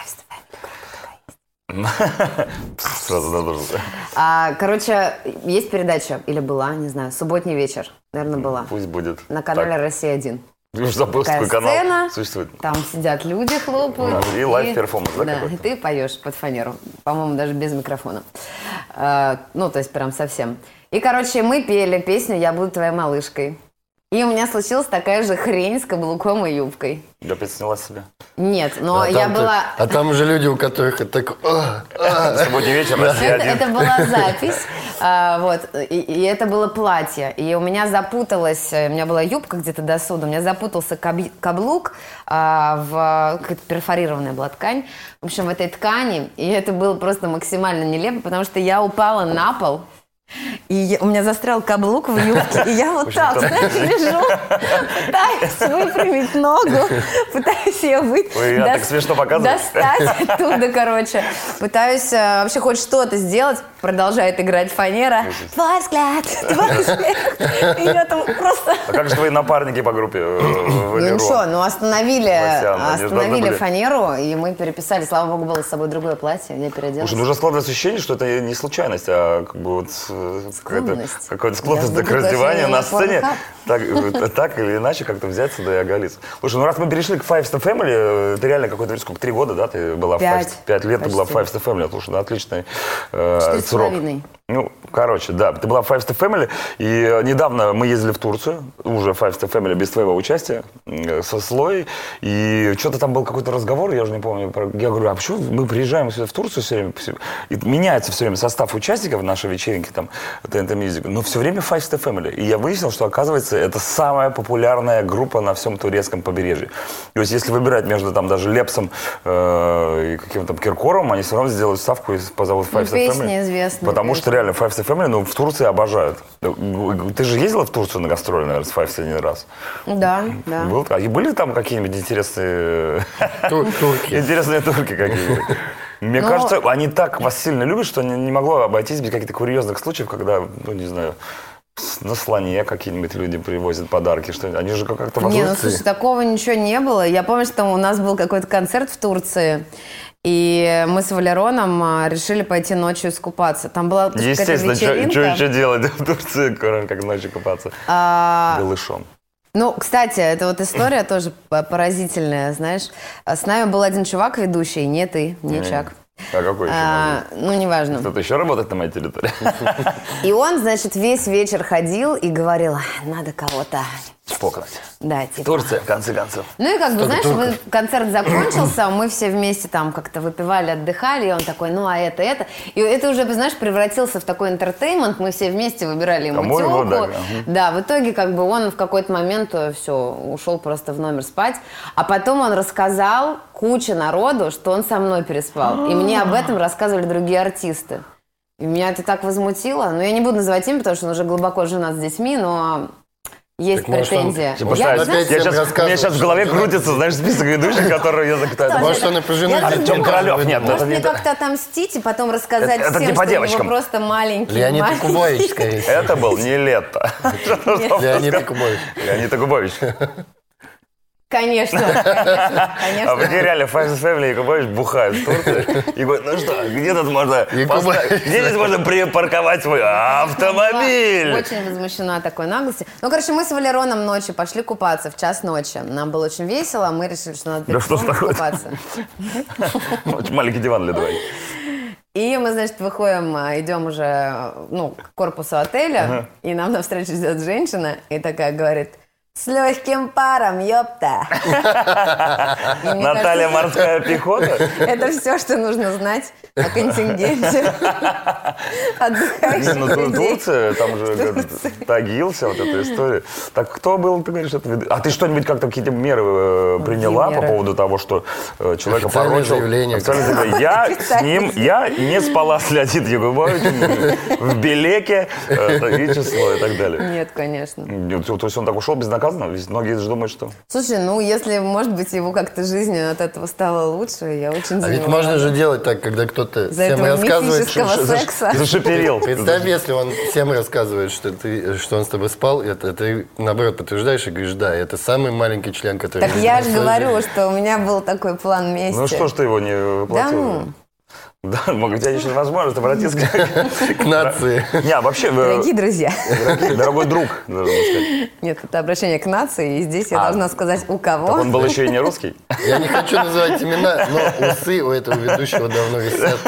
Сразу надо. А, короче, есть передача, или была, не знаю, «Субботний вечер», наверное, была. Пусть будет. На канале Так. «Россия один». Ты уже забыл, Такая какой канал сцена, существует. там сидят люди, хлопают. И лайв-перформанс, да, Да, какой-то? и ты поешь под фанеру. По-моему, даже без микрофона. А, ну, то есть прям совсем. И, короче, мы пели песню «Я буду твоей малышкой». И у меня случилась такая же хрень с каблуком и юбкой. Я опять сняла себя. Нет, но А я там ты- была... А там уже люди, у которых это так... «А, а». Субботний вечер, Россия Это, один. это была запись, а, вот, и, и это было платье. И у меня запуталась, у меня была юбка где-то до суда, у меня запутался каб- каблук, а, в какая-то перфорированная была ткань. В общем, в этой ткани, и это было просто максимально нелепо, потому что я упала на пол, и я- у меня застрял каблук в юбке, и я вот так, знаешь, лежу, пытаюсь выпрямить ногу, пытаюсь ее вы... Ой, я так смешно показываю. достать оттуда, короче. Пытаюсь э, вообще хоть что-то сделать, продолжает играть фанера. Твой взгляд, твой взгляд. И я там просто... А как же твои напарники по группе? э, Ну Валерон? ничего, ну остановили, Васян, они же должны остановили были- фанеру, и мы переписали. Слава богу, было с собой другое платье, я переоделась. Слушай, ну уже складывается ощущение, что это не случайность, а как бы вот э, какая-то, Склонность. какая-то склонность Я к буду раздеванию на приглашение сцене. Так, э, так или иначе как-то взяться, да и оголиться. Слушай, ну раз мы перешли к Five Star Family, э, ты реально какой-то, сколько, три года, да, ты была в Five- Пять. Пять лет ты была в Почти. Five Star Family. Слушай, ну отличный э, Четыре с срок. половиной. Ну, короче, да, ты была в Five Star Family, и недавно мы ездили в Турцию, уже Five Star Family без твоего участия, э, со Слой, и что-то там был какой-то разговор, я уже не помню, про- я говорю, а почему мы приезжаем сюда в Турцию все время, все- и меняется все время состав участников нашей вечеринки, там, ти эн ти Music, но все время Five Star Family, и я выяснил, что, оказывается, это самая популярная группа на всем турецком побережье. То есть, если выбирать между, там, даже Лепсом э, и каким-то там Киркоровым, они все равно сделают ставку и позовут Five Ну, Star песни Family. известные, Потому что конечно. реально Five Star Family, ну, в Турции обожают. Ты же ездила в Турцию на гастроли, наверное, с Five Star один раз? Да, да. Был? А и были там какие-нибудь интересные... Тур- турки. Интересные турки какие-нибудь? Мне Но- кажется, они так вас сильно любят, что не, не могло обойтись без каких-то курьезных случаев, когда, ну, не знаю, с- на слоне какие-нибудь люди привозят подарки, что они же как-то Не, ну возможно... слушай, такого ничего не было. Я помню, что у нас был какой-то концерт в Турции, и мы с Валероном а, решили пойти ночью искупаться. Там была какая-то Естественно, что вечеринка. делать в Турции, кроме как ночью купаться? А, Голышом. Ну, кстати, это вот история тоже п- поразительная, знаешь. А С нами был один чувак ведущий, не ты, не Чак. А какой еще? А, ну, неважно. Кто-то еще работает на моей территории? И он, значит, весь вечер ходил и говорил, надо кого-то, Спокойно. да, типа. Турция, в конце концов. Ну и как бы, знаешь, мы, концерт закончился, мы все вместе там как-то выпивали, отдыхали, и он такой, ну а это, это. И это уже, знаешь, превратился в такой интертеймент, мы все вместе выбирали ему Кому его тёлку. дали, ага. Да, в итоге как бы он в какой-то момент все, ушел просто в номер спать, а потом он рассказал куче народу, что он со мной переспал. И мне об этом рассказывали другие артисты. И меня это так возмутило. Но я не буду называть имя, потому что он уже глубоко женат с детьми, но... Есть Так, может, он- претензия. Типа, Я, знаешь, знаешь, я всем щас- у меня рассказывал, сейчас в голове крутится, знаешь, список ведущих, которые я закатаю. Может, он и про жену Я детей Артем Королев, нет, выдумал. это Может, не мне то. как-то отомстить и потом рассказать Это- это всем, не по что у него девочкам. просто маленький Леонид маленький. Якубович, скорее всего. Это был не лето. Леонид Якубович. Леонид Якубович. Конечно. А Конечно. прикинь, реально, Five Star Family Якубович бухает в Турции и говорит, ну что, где тут можно Якубович. поставить- где здесь можно припарковать свой автомобиль? Очень возмущена такой наглости. Ну, короче, мы с Валероном ночью пошли купаться в час ночи. Нам было очень весело, мы решили, что надо Да что ж перед сном такое? купаться. Очень маленький диван для двоих. И мы, значит, выходим, а, идем уже, ну, к корпусу отеля, и нам навстречу идет женщина и такая говорит: с легким паром, ёпта. И мне Наталья кажется, морская пехота? это все, что нужно знать о контингенте Не, отдыхающих ну Ту- людей. Турция, там же этот, Тагил, вся вот эта история. Так кто был, ты говоришь, это ведущий? А ты что-нибудь как-то какие-то меры э, приняла меры? по поводу того, что э, человека Официальное порочил? заявление. Официальное заявление. Я с ним, я не спала с Леонидом Якубовичем в Белеке э, и число и так далее. Нет, конечно. Нет, То есть он так ушел безнаказанно? Ведь многие же думают, что... Слушай, ну, если, может быть, его как-то жизнь от этого стала лучше, я очень за А ведь него можно рада. же делать так, когда кто-то За всем этого рассказывает, мифического что- что- секса. Зашиперил. Представь, если он всем рассказывает, что, ты, что он с тобой спал, и это, ты, наоборот, подтверждаешь и говоришь, да, это самый маленький член, который... Так я же видел в своей говорю, жизни. что у меня был такой план мести. Ну что ж ты его не Да воплотил? ну, Да, у тебя еще возможность обратиться к... К нации. Не, а вообще, э, дорогие друзья. дорогой- дорогой друг, должен сказать. Нет, это обращение к нации, и здесь я А. должна сказать, у кого. Он был еще и не русский. Я не хочу называть имена, но усы у этого ведущего давно висят.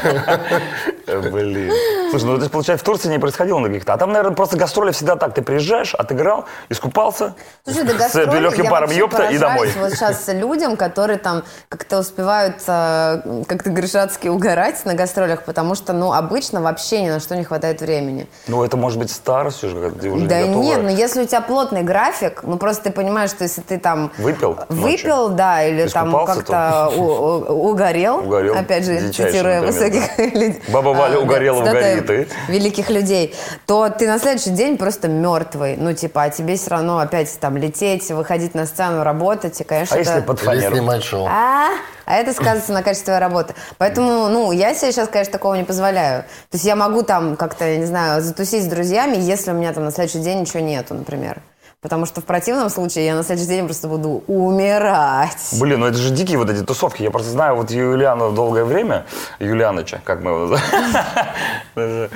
Э, Блин. Слушай, ну это же, получается, в Турции не происходило на каких-то. А там, наверное, просто гастроли всегда так. Ты приезжаешь, отыграл, искупался, Слушай, до с гастролей легким я паром вообще ёпта и домой. поражаюсь вот сейчас людям, которые там как-то успевают, э, как ты говоришь, адски угорать на гастролях, потому что, ну, обычно вообще ни на что не хватает времени. Ну, это может быть старость уже, когда ты уже Да не готова. нет, ну если у тебя плотный график, ну просто ты понимаешь, что если ты там... Выпил Выпил, да, или там Искупался, как-то у- у- угорел. Угорел. Опять же, Дичайший, цитируя например, высоких людей. Баба Валя а, угорела, да, угори цитаты ты. великих людей. То ты на следующий день просто мертвый. Ну, типа, а тебе все равно опять там лететь, выходить на сцену, работать. И, конечно, А если это... под Или фанеру? снимать шоу. А, а это сказывается на качестве твоей работы. Поэтому, ну, я себе сейчас, конечно, такого не позволяю. То есть я могу там как-то, я не знаю, затусить с друзьями, если у меня там на следующий день ничего нету, например. Потому что в противном случае я на следующий день просто буду умирать. Блин, ну это же дикие вот эти тусовки. Я просто знаю вот Юлиану долгое время, Юлианыча, как мы его называем.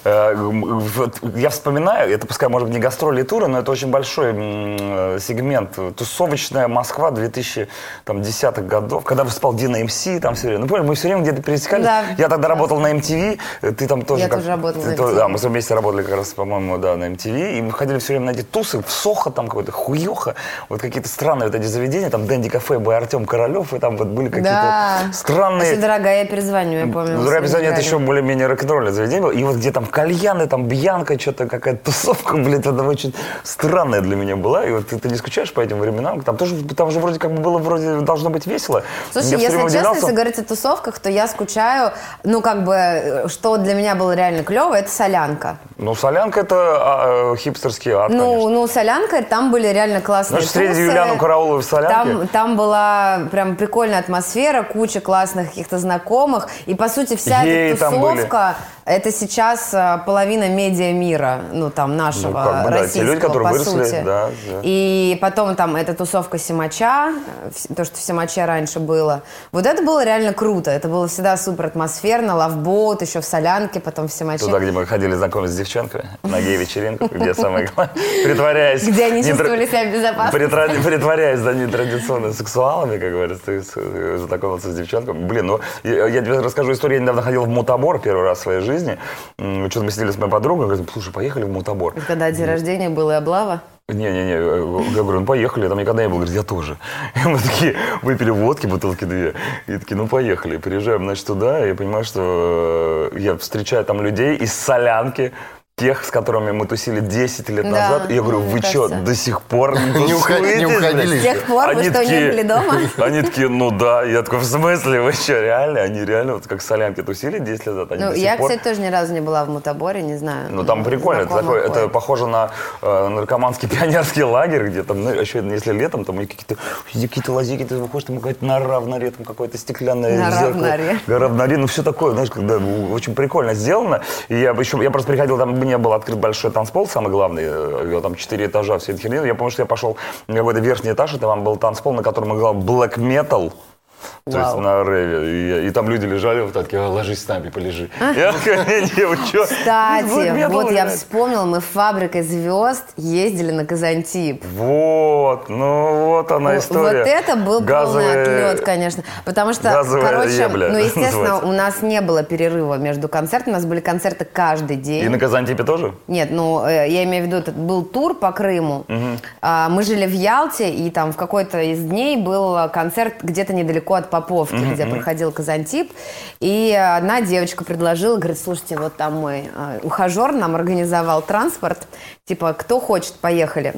Я вспоминаю, это пускай может быть не гастроли и туры, но это очень большой сегмент. Тусовочная Москва две тысячи десятых годов, когда выступал Дина эм си, там все время. Ну, помню, мы все время где-то пересекались. Да. Я тогда работал на эм ти ви, ты там тоже... Я как, тоже работала ты, на эм ти ви. Да, мы вместе работали как раз, по-моему, да, на эм ти ви, и мы ходили все время на эти тусы в Сохо, там какой-то хуёха, вот какие-то странные вот эти заведения, там Дэнди Кафе, Б. Артем Королев, и там вот были какие-то Да. странные... Если дорогая, я перезвоню, я помню. Ну, дорогая, это еще более-менее рок-н-ролльное заведение было. И вот где там кальяны, там Бьянка, что-то какая-то тусовка, блядь, это очень странная для меня была. И вот ты, ты не скучаешь по этим временам? Там тоже, там же вроде как бы было, вроде должно быть весело. Слушай, Я все если время честно, удивлялся. если говорить о тусовках, то я скучаю, ну, как бы, что для меня было реально клево, это солянка. Ну, солянка это а, хипстерский ад, Ну, конечно. ну, солянка, там были реально классные Значит, встретить тусы. Юлиану Караулову в солянке? Там, там была прям прикольная атмосфера, куча классных каких-то знакомых. И, по сути, вся Геи эта там тусовка, это сейчас а, половина медиа мира, ну, там, нашего, Ну, как бы, да, те российского, люди, которые по выросли, сути. да, да. И потом там эта тусовка Симача, вс- то, что в Симаче раньше было. Вот это было реально круто. Это было всегда супер атмосферно. Лавбоут, еще в солянке, потом в Симаче. Туда, где мы ходили знакомиться с девчонками, на гей-вечеринках, где самое главное, притворяясь... Где они не тр- чувствовали себя безопасно. притра- Притворяясь, да, нетрадиционными сексуалами, как говорится, ты с- э, знакомился с девчонками. Блин, ну, я, я тебе расскажу историю. Я недавно ходил в Мутабор первый раз в своей жизни. М, Что-то мы сидели с моей подругой, говорит, слушай, поехали в Мутабор. Когда день рождения был и облава. Не-не-не, я говорю, ну поехали, я там никогда не был, говорит, я тоже. И мы такие выпили водки, бутылки две, и такие, ну поехали. Приезжаем, значит, туда, и понимаю, что я встречаю там людей из солянки, тех, с которыми мы тусили десять лет Да, назад. И я говорю, мне вы что, кажется. до сих пор не Не уходи- не тусуетесь, уходили блядь?» С тех пор вы Они что, не такие- были дома? Они такие, ну да. Я такой, в смысле, вы что, реально? Они реально вот как в солянке тусили десять лет назад. Они Ну, до сих я, пор... кстати, тоже ни разу не была в Мутаборе, не знаю. Ну, там прикольно. Это, такой, Знакомых это ходит. похоже на э, наркоманский пионерский лагерь, где там, ну, еще если летом, там и какие-то, какие-то лазейки, ты выходишь, там какая-то нора в норе, там какое-то стеклянное Нора в зеркало. норе. Гора в норе. Ну, все такое, знаешь, когда ну, очень прикольно сделано. И я еще, я просто приходил, там мне был открыт большой танцпол, самый главный, э, там четыре этажа, все это херня. Я помню, что я пошел на какой-то верхний этаж, и там был танцпол, на котором играл black metal. То есть Вау. на рейве. И, и там люди лежали, вот такие, «А, ложись с нами, полежи. Я такой, не, вы что? Кстати, вот я вспомнила, мы фабрикой звезд ездили на Казантип. Вот, ну вот она история. Вот это был Газовые- полный отлет, конечно. Потому что, газовая короче, ебля ну, естественно, называется. у нас не было перерыва между концертами. У нас были концерты каждый день. И на Казантипе тоже? Нет, ну, э, я имею в виду, это был тур по Крыму. А, мы жили в Ялте, и там в какой-то из дней был концерт где-то недалеко от Поповки, где проходил Казантип. И одна девочка предложила, говорит, слушайте, вот там мой э, ухажер нам организовал транспорт. Типа, кто хочет, поехали.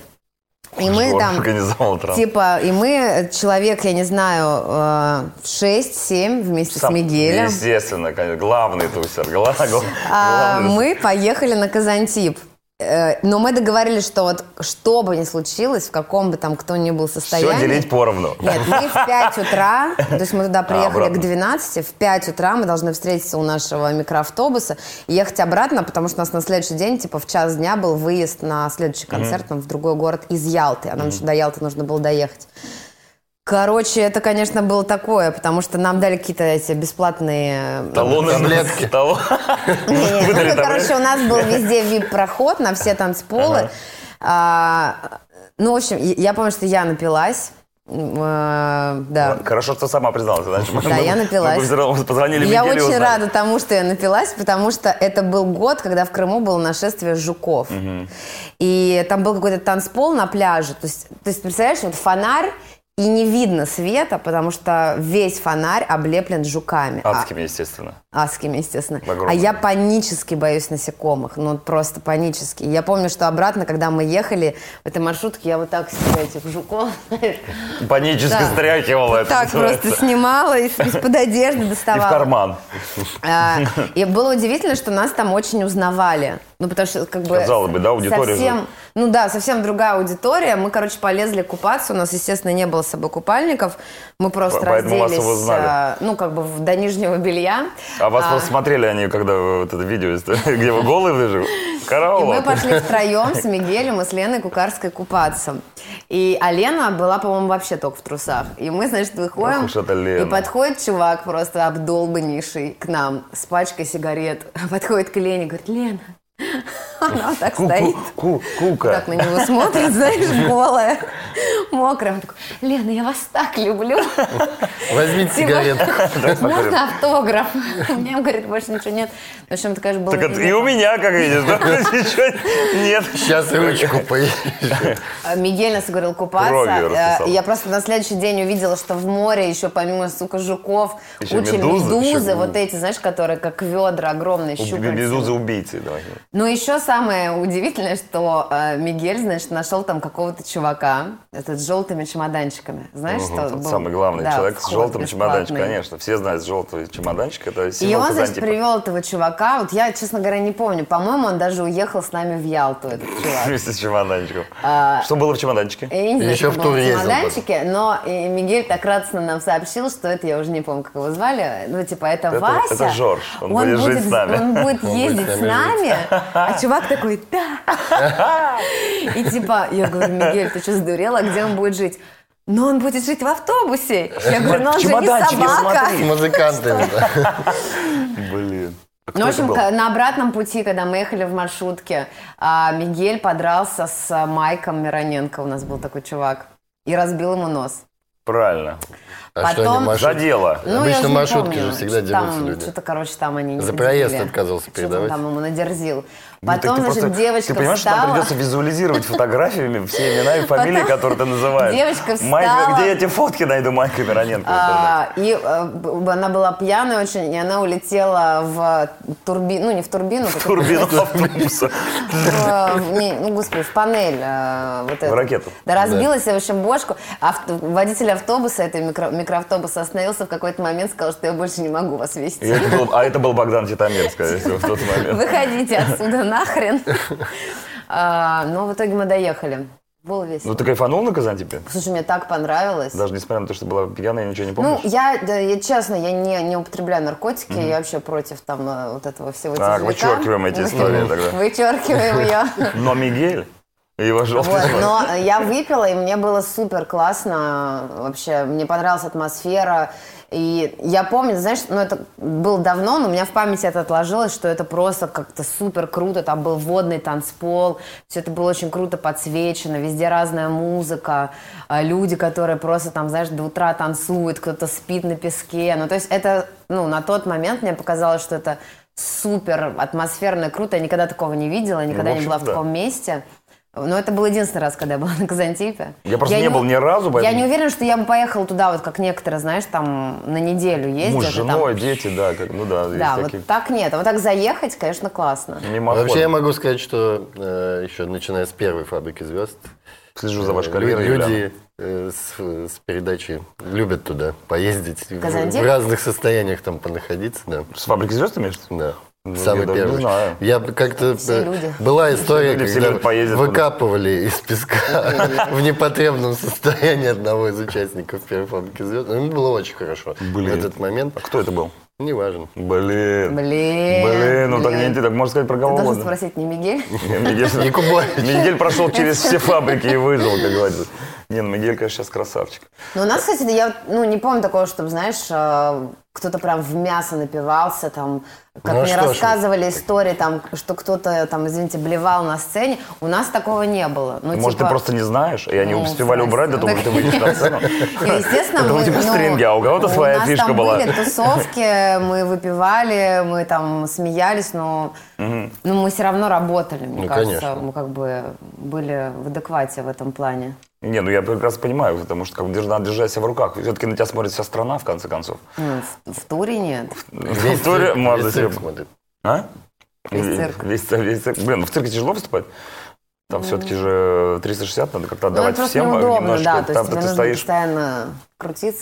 И мы Жор там, организовал транспорт. типа, и мы, человек, я не знаю, э, шесть-семь вместе Сам- с Мигелем. Естественно, конечно, главный тусер. гла- гла- А, главный мы поехали на Казантип. Э, Но мы договорились, что вот что бы ни случилось, в каком бы там кто ни был состоянии... Все делить поровну. Нет, мы в пять утра, то есть мы туда приехали обратно. к двенадцати, в пять утра мы должны встретиться у нашего микроавтобуса и ехать обратно, потому что у нас на следующий день, типа в час дня был выезд на следующий концерт там, в другой город из Ялты, а нам еще до Ялты нужно было доехать. Короче, это, конечно, было такое, потому что нам дали какие-то эти бесплатные... Талоны. Таблетки. Талон. Не, Выдали ну, таблетки. короче, у нас был везде вип-проход на все танцполы. А, ну, в общем, я помню, что я напилась. А, да. Хорошо, что сама призналась. Иначе мы- Да, я напилась. Мы бы все равно позвонили Я Мигелю и очень узнали. рада тому, что я напилась, потому что это был год, когда в Крыму было нашествие жуков. И там был какой-то танцпол на пляже. То есть, то есть, представляешь, вот фонарь, и не видно света, потому что весь фонарь облеплен жуками. А- Адскими, естественно. Адскими, естественно. Огромными. А я панически боюсь насекомых. Ну, просто панически. Я помню, что обратно, когда мы ехали в этой маршрутке, я вот так себе этих жуков, знаешь, Панически Да. стряхивала это. так называется. просто снимала и из-под одежды И в доставала. карман. А, И было удивительно, что нас там очень узнавали. Ну, потому что, как бы... Казалось бы, да, аудитория совсем, же. Ну да, совсем другая аудитория. Мы, короче, полезли купаться. У нас, естественно, не было с собой купальников. Мы просто Поэтому вас разделись, его знали. а, ну, как бы в- до нижнего белья. А вас А, просто смотрели они, когда вы вот это видео, где вы голые выжили? И Караул. мы пошли втроем с Мигелем и с Леной Кукарской купаться. И а Лена была, по-моему, вообще только в трусах. И мы, значит, выходим, Ох уж эта Лена. и подходит чувак просто обдолбаннейший к нам с пачкой сигарет. Подходит к Лене и говорит: Лена. Она вот так стоит. Ку- Кука. Так на него смотрит, знаешь, голая, мокрая. Он такой: Лена, я вас так люблю. Возьмите Типа, сигарету. можно автограф? Мне, говорит, больше ничего нет. В общем, это, конечно, было... Так это и у меня, как видишь, да? Ничего нет. Сейчас ручку поищу. Мигель нас говорил купаться. Кровью рассосал. Э, Я просто на следующий день увидела, что в море еще помимо, сука, жуков, Еще куча медузы, медузы, еще- вот эти, знаешь, которые как ведра огромные, щупальца. Медузы-убийцы, давай. Ну, еще самое удивительное, что э, Мигель, значит, нашел там какого-то чувака, этот с желтыми чемоданчиками. Знаешь, Угу, что тот был? самый главный Да, человек с вход желтым чемоданчиком, бесплатный. конечно. Все знают желтый чемоданчик, это И символ он, значит, Казантипа. привел этого чувака. Вот я, честно говоря, не помню. По-моему, он даже уехал с нами в Ялту, этот чувак. Вместе с чемоданчиком. А, Что было в чемоданчике? Я не знаю, Еще что в было тур в ездил чемоданчике, но и Мигель так радостно нам сообщил, что это, я уже не помню, как его звали, ну, типа, это, Это- Вася. это Жорж, он будет жить с нами. Он будет Он ездить будет с с нами нами, а чувак такой: да. И типа, я говорю: Мигель, ты что, сдурела? Где он будет жить? Но он будет жить в автобусе. Я говорю: ну он же не Чемоданчики собака. смотри. С музыкантами. да. Блин. А кто Ну, в это общем, был? к- на обратном пути, когда мы ехали в маршрутке, а, Мигель подрался с а, Майком Мироненко, у нас был такой чувак, и разбил ему нос. Правильно. А что Потом- они маршрут- Задело. Ну, я Обычно уже не маршрутки помню, же всегда что там, дерутся люди. Что-то, короче, там они не За поделили. проезд отказался Что-то он передавать. там ему надерзил. Ну, так Потом, ты значит, просто- девочка Ты понимаешь, что там встала. придется визуализировать фотографиями все имена и фамилии, Потом которые ты называешь. девочка Майк, встала. где я эти фотки найду Майка Мироненко? в интернете? А, и э, б- она была пьяная очень, и она улетела в турбину, ну не в турбину, как это Турбину автобуса. в- в- не, ну, господи, в панель. э, вот эту. ракету. Да, разбилась, в общем, бошку. Авто- водитель автобуса, это микро- микроавтобус, остановился в какой-то момент, сказал, что я больше не могу вас И везти. это был- а это был Богдан Титамир, скорее всего, в тот момент. Выходите отсюда нахрен. А, но в итоге мы доехали. Было весело. Ну ты кайфанул на Казантипе? Слушай, мне так понравилось. Даже несмотря на то, что была пьяная, ничего не Ну, помнишь? я, да, я честно, я не, не употребляю наркотики, я вообще против там э, вот этого всего Так, тяжеляка. вычеркиваем эти истории тогда. Вычеркиваем ее. Но Мигель и его желтый Вот, чемодан. но я выпила, и мне было супер классно. Вообще, мне понравилась атмосфера. И я помню, знаешь, ну это было давно, но у меня в памяти это отложилось, что это просто как-то супер круто. Там был водный танцпол, все это было очень круто подсвечено, везде разная музыка, а, люди, которые просто там, знаешь, до утра танцуют, кто-то спит на песке. Ну, то есть это, ну, на тот момент мне показалось, что это супер атмосферно, круто. Я никогда такого не видела, никогда в не была в общем, да. таком месте. Но это был единственный раз, когда я была на Казантипе. Я просто не был ни разу, Я поэтому- не уверена, что я бы поехала туда, вот как некоторые, знаешь, там на неделю ездят. Муж с и там- женой, дети, да, как, ну да, есть Да, такие вот так нет. А вот так заехать, конечно, классно. мимоходы. Вообще я могу сказать, что э, еще начиная с первой «Фабрики звезд», Слежу за вашей э, карьерой, лю- Юля. люди э, с, с передачи любят туда поездить, в, Казантип? в разных состояниях там понаходиться, да. С фабрики звезд имеешь? Да. Ну, Самый я даже не первый. знаю. Я бы как-то... Все э, люди. Была история, люди, все когда любят поездить туда. выкапывали из песка в непотребном состоянии одного из участников первой «Фабрики звезд». Ему было очень хорошо Блин. в этот момент. А кто это был? Неважно. Блин. Блин. Блин, ну так блин. не так можно сказать про Ты кого должен угодно. спросить, не Мигель? Мигель, Якубович. Мигель прошел через все фабрики и выжил, как говорится. Не, ну Мигель, конечно, сейчас красавчик. Ну, у нас, кстати, я ну, не помню такого, чтобы, знаешь, э, кто-то прям в мясо напивался, там, как Ну, а мне что ж. рассказывали истории, там, что кто-то, там, извините, блевал на сцене. У нас такого не было. Ну, Может, типа, ты просто не знаешь, и они ну, успевали здрасте. убрать до того, как ты выйдешь на сцену? И, естественно, Это мы, типа ну, стринги, а у кого-то своя нас фишка там была. были тусовки, мы выпивали, мы там смеялись, но ну, мы все равно работали. Мне Ну, кажется, конечно. мы как бы были в адеквате в этом плане. Не, ну я прекрасно понимаю, потому что как бы держ- надо держать себя в руках. Все-таки на тебя смотрит вся страна, в конце концов. Ну, в, в туре нет. В туре цирк- можно весь себе... цирк смотрит. А? Весь цирк. Весь, цирк, весь цирк. Блин, ну в цирке тяжело выступать. Там все-таки же триста шестьдесят, надо как-то Ну, отдавать это просто всем неудобно, немножко. да, то Там есть тебе ты нужно стоишь... постоянно крутиться.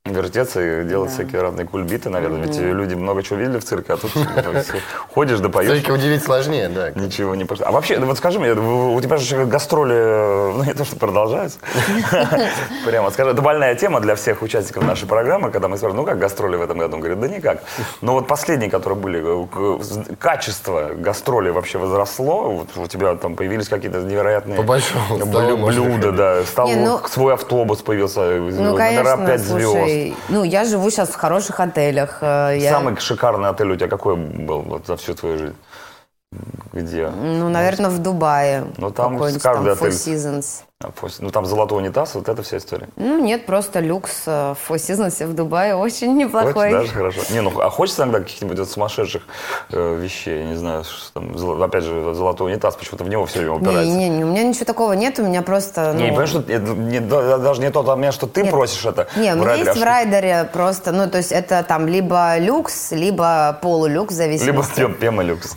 Вертеться и делать Да. всякие разные кульбиты, наверное. Ведь люди много чего видели в цирке, а тут ходишь да В поешь. цирке удивить сложнее, да. Ничего не пошло. А вообще, вот скажи мне, у тебя же гастроли, ну не то, что продолжаются. Прямо скажи, это больная тема для всех участников нашей программы, когда мы спрашиваем, ну как гастроли в этом году? Он говорит, да никак. Но вот последние, которые были, качество гастролей вообще возросло, вот у тебя там появились какие-то невероятные По большому столу можно блюда, ходить. да, стал Не, ну- свой автобус появился, Ну, номера конечно, пять звезд. слушай, ну, я живу сейчас в хороших отелях. э, я- Самый шикарный отель у тебя какой был вот за всю твою жизнь? Где? Ну, наверное, в Дубае. Ну, там Какой-нибудь каждый там Four отель. Seasons. А, Four- Ну, там золотой унитаз, вот эта вся история. Ну, нет, просто люкс э, в Four Seasons в Дубае очень неплохой. Очень даже хорошо. Не, ну, а хочется иногда каких-нибудь вот сумасшедших э, вещей, я не знаю, что там, золо- опять же, золотой унитаз, почему-то в него все время Не, упирается. не, не, у меня ничего такого нет, у меня просто... Не, ну, не понимаешь, что это не- да- даже не тот момент, что ты Нет. просишь это Не, у в меня райдере, есть а в что- райдере просто, ну, то есть это там либо люкс, либо полулюкс, в Либо зависимости. пем- пемолюкс.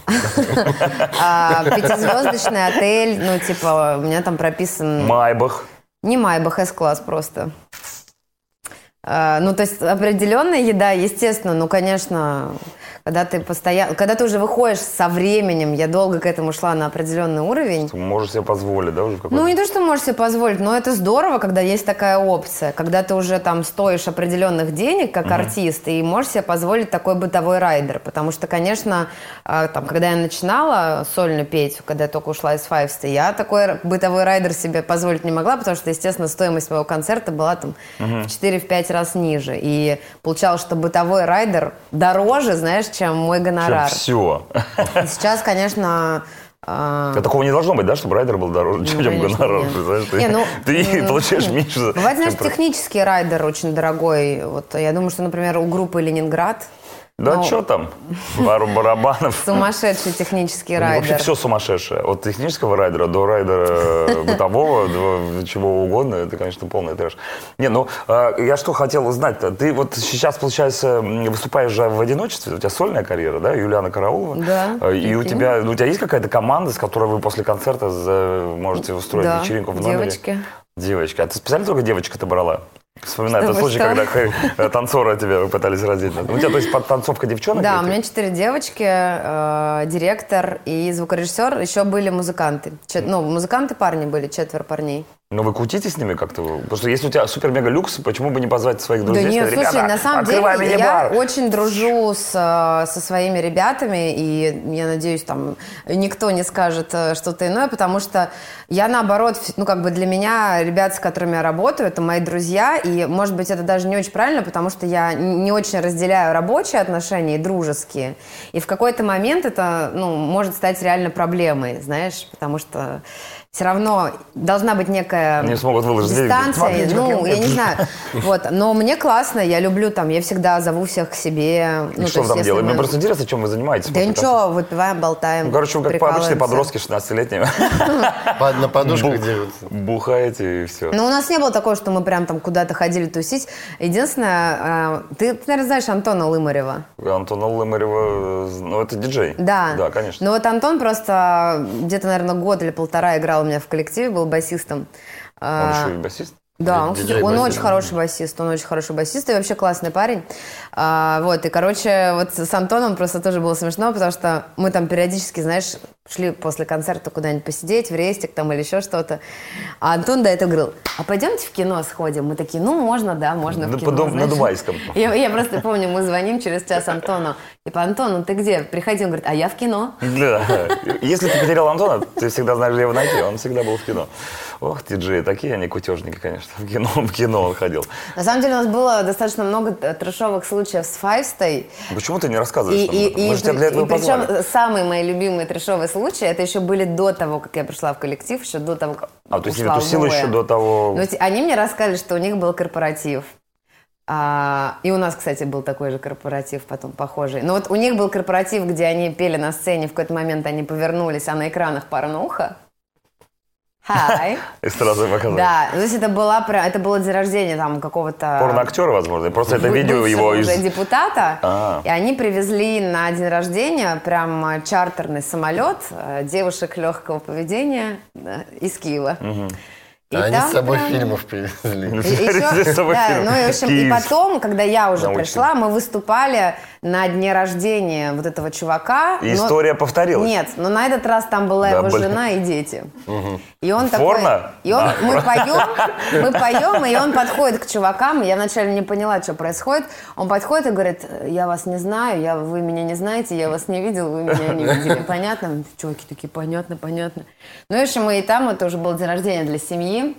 А, пятизвездочный отель, ну, типа, у меня там прописан... Майбах. Не Майбах, С-класс просто. А, ну, то есть определенная еда, естественно, ну, конечно, когда ты постоянно, когда ты уже выходишь со временем, я долго к этому шла на определенный уровень. Ты можешь себе позволить, да, уже в какой-то... Ну, не то, что можешь себе позволить, но это здорово, когда есть такая опция, когда ты уже там стоишь определенных денег как артист и можешь себе позволить такой бытовой райдер, потому что, конечно, а, там, когда я начинала сольно петь, когда я только ушла из Файвста, я такой бытовой райдер себе позволить не могла, потому что, естественно, стоимость моего концерта была там в четыре-пять раз ниже, и получалось, что бытовой райдер дороже, знаешь, чем мой гонорар. Все. Сейчас, конечно... а, Такого не должно быть, да, чтобы райдер был дороже, чем Ну, конечно, гонорар. нет. Знаешь, ты, Не, ну, ты м, получаешь меньше. Бывает, знаешь, чем про- технический райдер очень дорогой. Вот я думаю, что, например, у группы «Ленинград» Да ну, что там, пару барабанов. сумасшедший технический У них райдер. Вообще все сумасшедшее. От технического райдера до райдера бытового, до чего угодно. Это, конечно, полный трэш. Не, ну, э, я что хотел узнать-то. Ты вот сейчас, получается, м, выступаешь же в одиночестве. У тебя сольная карьера, да? Юлиана Караулова. Да. Э, И у Прикинь. тебя, ну, у тебя есть какая-то команда, с которой вы после концерта за- можете устроить Да, вечеринку в номере? девочки. Девочки. А ты специально только девочка-то брала? Вспоминаю Чтобы тот случай, что? когда хэ- танцоры тебя пытались раздеть. У тебя, то есть, подтанцовка девчонок? Да, или у ты- меня четыре девочки, э, директор и звукорежиссер. Еще были музыканты. Чет- ну, музыканты парни были, четверо парней. Но вы кутите с ними как-то? Потому что если у тебя супер-мега-люкс, почему бы не позвать своих друзей? Да нет, Сказать, слушай, «Ребята, на самом открывай деле я мини-бар». очень дружу с, э, со своими ребятами, и я надеюсь, там никто не скажет э, что-то иное, потому что я, наоборот, ф- ну, как бы для меня ребята, с которыми я работаю, это мои друзья, и, может быть, это даже не очень правильно, потому что я н- не очень разделяю рабочие отношения и дружеские, и в какой-то момент это, ну, может стать реально проблемой, знаешь, потому что все равно должна быть некая Они смогут выложить денег, дистанция. смотрите, как Ну, я я не знаю. Вот. Но мне классно, я люблю там, я всегда зову всех к себе. И Ну, что то вы там есть, делаете? если Мне мы- просто интересно, чем вы занимаетесь. Да после ничего, выпиваем, болтаем. концерта. Ну, короче, вы как обычные прикалываемся. подростки шестнадцатилетние. Под- На подушках Бу- дерутся. Бухаете и все. Ну, у нас не было такого, что мы прям там куда-то ходили тусить. Единственное, э, ты, ты, наверное, знаешь Антона Лымарева. Антона Лымарева, ну, это диджей. Да. Да, конечно. Ну вот Антон просто где-то, наверное, год или полтора играл у меня в коллективе, был басистом. Он А, еще и басист. Да, он, кстати, он Диджей-басист. очень хороший басист, он очень хороший басист и вообще классный парень. А, вот, и, короче, вот с Антоном просто тоже было смешно, потому что мы там периодически, знаешь, шли после концерта куда-нибудь посидеть, в рестик там или еще что-то. А Антон до этого говорил, а пойдемте в кино сходим? Мы такие, ну, можно, да, можно На в кино. подум- на знаешь. Дубайском. Я, я просто помню, мы звоним через час Антону. Типа, Антон, ну ты где? Приходи. Он говорит, а я в кино. Да. Если ты потерял Антона, ты всегда знаешь, где его найти. Он всегда был в кино. Ох, диджеи, такие они кутежники, конечно. В кино, в кино он ходил. На самом деле у нас было достаточно много т- трэшовых случаев с Файвстой. Почему ты не рассказываешь И, нам и, об этом? и, Мы же тебя для этого и причем позвали. самые мои любимые трэшовые случаи, это еще были до того, как я пришла в коллектив, еще до того, как А, то есть ушла не в тусила новое. еще до того... Ну, те- они мне рассказали, что у них был корпоратив. А, и у нас, кстати, был такой же корпоратив потом похожий. Но вот у них был корпоратив, где они пели на сцене, в какой-то момент они повернулись, а на экранах порнуха. Хай. И сразу показали. Да, то есть это, была, пра- это было день рождения там какого-то... Порноактера, возможно. и Просто это бы- видео бывшего его из... уже депутата. А. И они привезли на день рождения прям э, чартерный самолет э, девушек легкого поведения э, из Киева. И а там они с собой прям- фильмов привезли. И, еще- С собой да, фильм. ну и, в общем, и Киевский. потом, когда я уже Научный. пришла, мы выступали на дне рождения вот этого чувака. И но- история повторилась. Нет, но на этот раз там была Да, его блин. жена и дети. И он такой... Порно? И он, мы поем, мы поем, и он подходит к чувакам. Я вначале не поняла, что происходит. Он подходит и говорит: я вас не знаю, я, вы меня не знаете, я вас не видел, вы меня не видели. Понятно? Чуваки такие: понятно, понятно. Ну, в общем, мы и там, это уже было день рождения для семьи.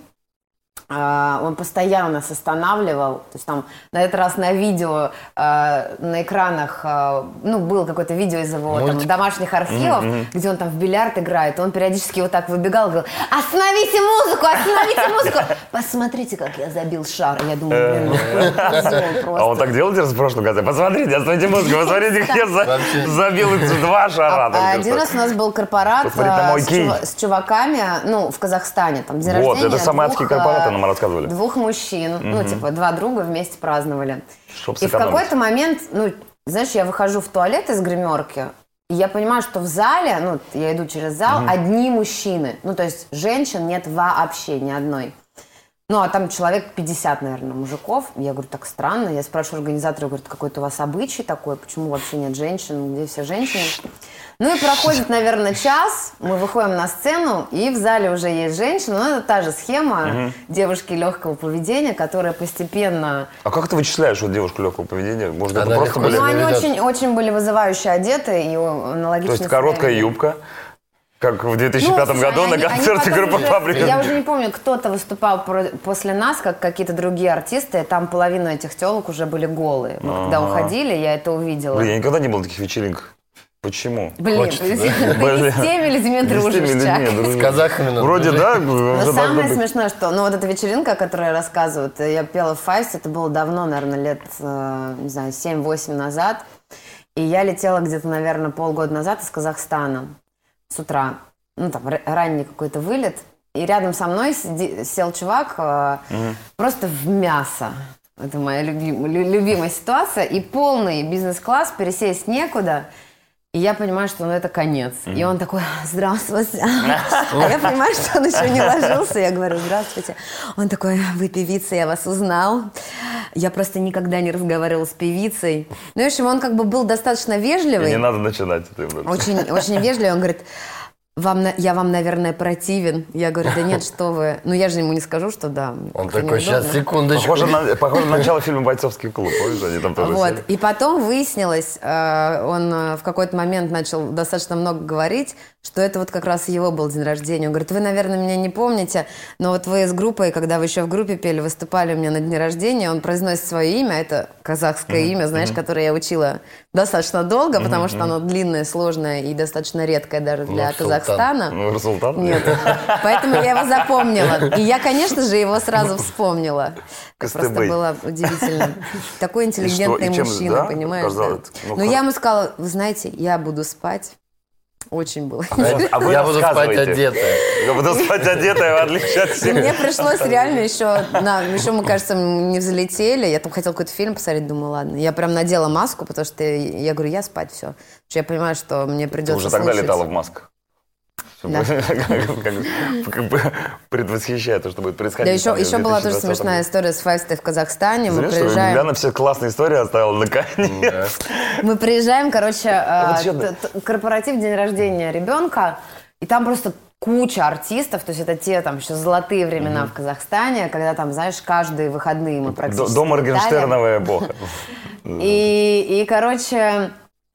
А, он постоянно нас останавливал. То есть там на этот раз на видео, а, на экранах, а, ну, было какое-то видео из его там, домашних архивов, где он там в бильярд играет. Он периодически вот так выбегал и говорил: остановите музыку, остановите музыку. Посмотрите, как я забил шар. Я думаю, блин, ну, какой козел просто. А он так делал в прошлом году? Посмотрите, остановите музыку, посмотрите, как я за- забил эти два шара. А, только один что. раз у нас был корпорат Посмотрите на а, мой с, кей. чува- с чуваками, ну, в Казахстане, там, день Вот, рождения это самые двух, адские корпораты а, нам рассказывали. Двух мужчин, ну, типа, два друга вместе праздновали. Чтоб И в сэкономить. какой-то момент, ну, знаешь, я выхожу в туалет из гримерки, и я понимаю, что в зале, ну, я иду через зал, одни мужчины. Ну, то есть женщин нет вообще ни одной. Ну, а там человек пятьдесят, наверное, мужиков. Я говорю: так странно. Я спрашиваю организатора, говорю: какой-то у вас обычай такой, почему вообще нет женщин, где все женщины? Ну и проходит, наверное, час, мы выходим на сцену, и в зале уже есть женщина. Ну, это та же схема девушки легкого поведения, которая постепенно... А как ты вычисляешь вот девушку легкого поведения? Может, это Она просто легко были... Ну, они ведет. очень, очень были вызывающе одеты и аналогично... То есть короткая юбка, как в две тысячи пятом Ну, году они- на они концерте потом группы уже- «Фабрика». Я уже не помню, кто-то выступал про- после нас, как какие-то другие артисты. Там половина этих телок уже были голые. Мы когда уходили, я это увидела. Блин, я никогда не был на таких вечеринках. Почему? Блин, Хочется, ты Блин. не с теми людьми Не с дружишь, теми Чак. людьми дружу. С казахами надо Вроде дружить. да, Но уже должно самое быть. смешное, что, ну, вот эта вечеринка, о которой рассказывают, я пела в Файсе, это было давно, наверное, лет, э, не знаю, семь-восемь назад. И я летела где-то, наверное, полгода назад из Казахстана с утра. Ну, там, р- ранний какой-то вылет. И рядом со мной сиди- сел чувак э, просто в мясо. Это моя любим- лю- любимая ситуация. И полный бизнес-класс, пересесть некуда. И я понимаю, что ну, это конец. И он такой: здравствуйте. А я понимаю, что он еще не ложился. Я говорю: здравствуйте. Он такой: вы певица, я вас узнал. Я просто никогда не разговаривал с певицей. Ну, в общем, он как бы был достаточно И вежливый. не надо начинать. это. Очень, очень вежливый. Он говорит: вам, на- я вам, наверное, противен. Я говорю: да нет, что вы. Ну, я же ему не скажу, что да. Он как-то такой: сейчас, неудобно. секундочку. Похоже на, похоже на начало фильма «Бойцовский клуб». Помнишь, они там тоже Вот. сели? И потом выяснилось, э, он э, в какой-то момент начал достаточно много говорить, что это вот как раз его был день рождения. Он говорит: вы, наверное, меня не помните, но вот вы с группой, когда вы еще в группе пели, выступали у меня на дне рождения, он произносит свое имя, это казахское имя, знаешь, которое я учила достаточно долго, потому что оно длинное, сложное и достаточно редкое даже для Нурсултан. Казахстана. Ну, Расултан? Нет. Поэтому я его запомнила. И я, конечно же, его сразу вспомнила. Это просто Кыстыбый. было удивительно. Такой интеллигентный И что, и чем, мужчина, да, понимаешь? казалось? да. Ну, Но как- я ему сказала: вы знаете, я буду спать. Очень было. А вы Я буду спать рассказывайте. одетая. Я буду спать одетая, в отличие от И всех. мне пришлось реально еще, на, еще мы, кажется, не взлетели. Я там хотела какой-то фильм посмотреть, думаю, ладно. Я прям надела маску, потому что я говорю: я спать, все. Потому что я понимаю, что мне Ты придется уже тогда слушать. летала в масках. Да. Как, как- как бы предвосхищая то, что будет происходить. Да, еще, там, в еще была тоже две тысячи двадцатом смешная году. история с Файстой в Казахстане. Мы Знаешь, что приезжаем... Ляна все классные истории оставила наконец. Мы приезжаем, короче, э, вот чё т- т- корпоратив, день рождения ребенка, и там просто куча артистов, то есть это те там еще золотые времена в Казахстане, когда там, знаешь, каждые выходные мы практически До летали. Моргенштерновая эпоха. И, и, короче,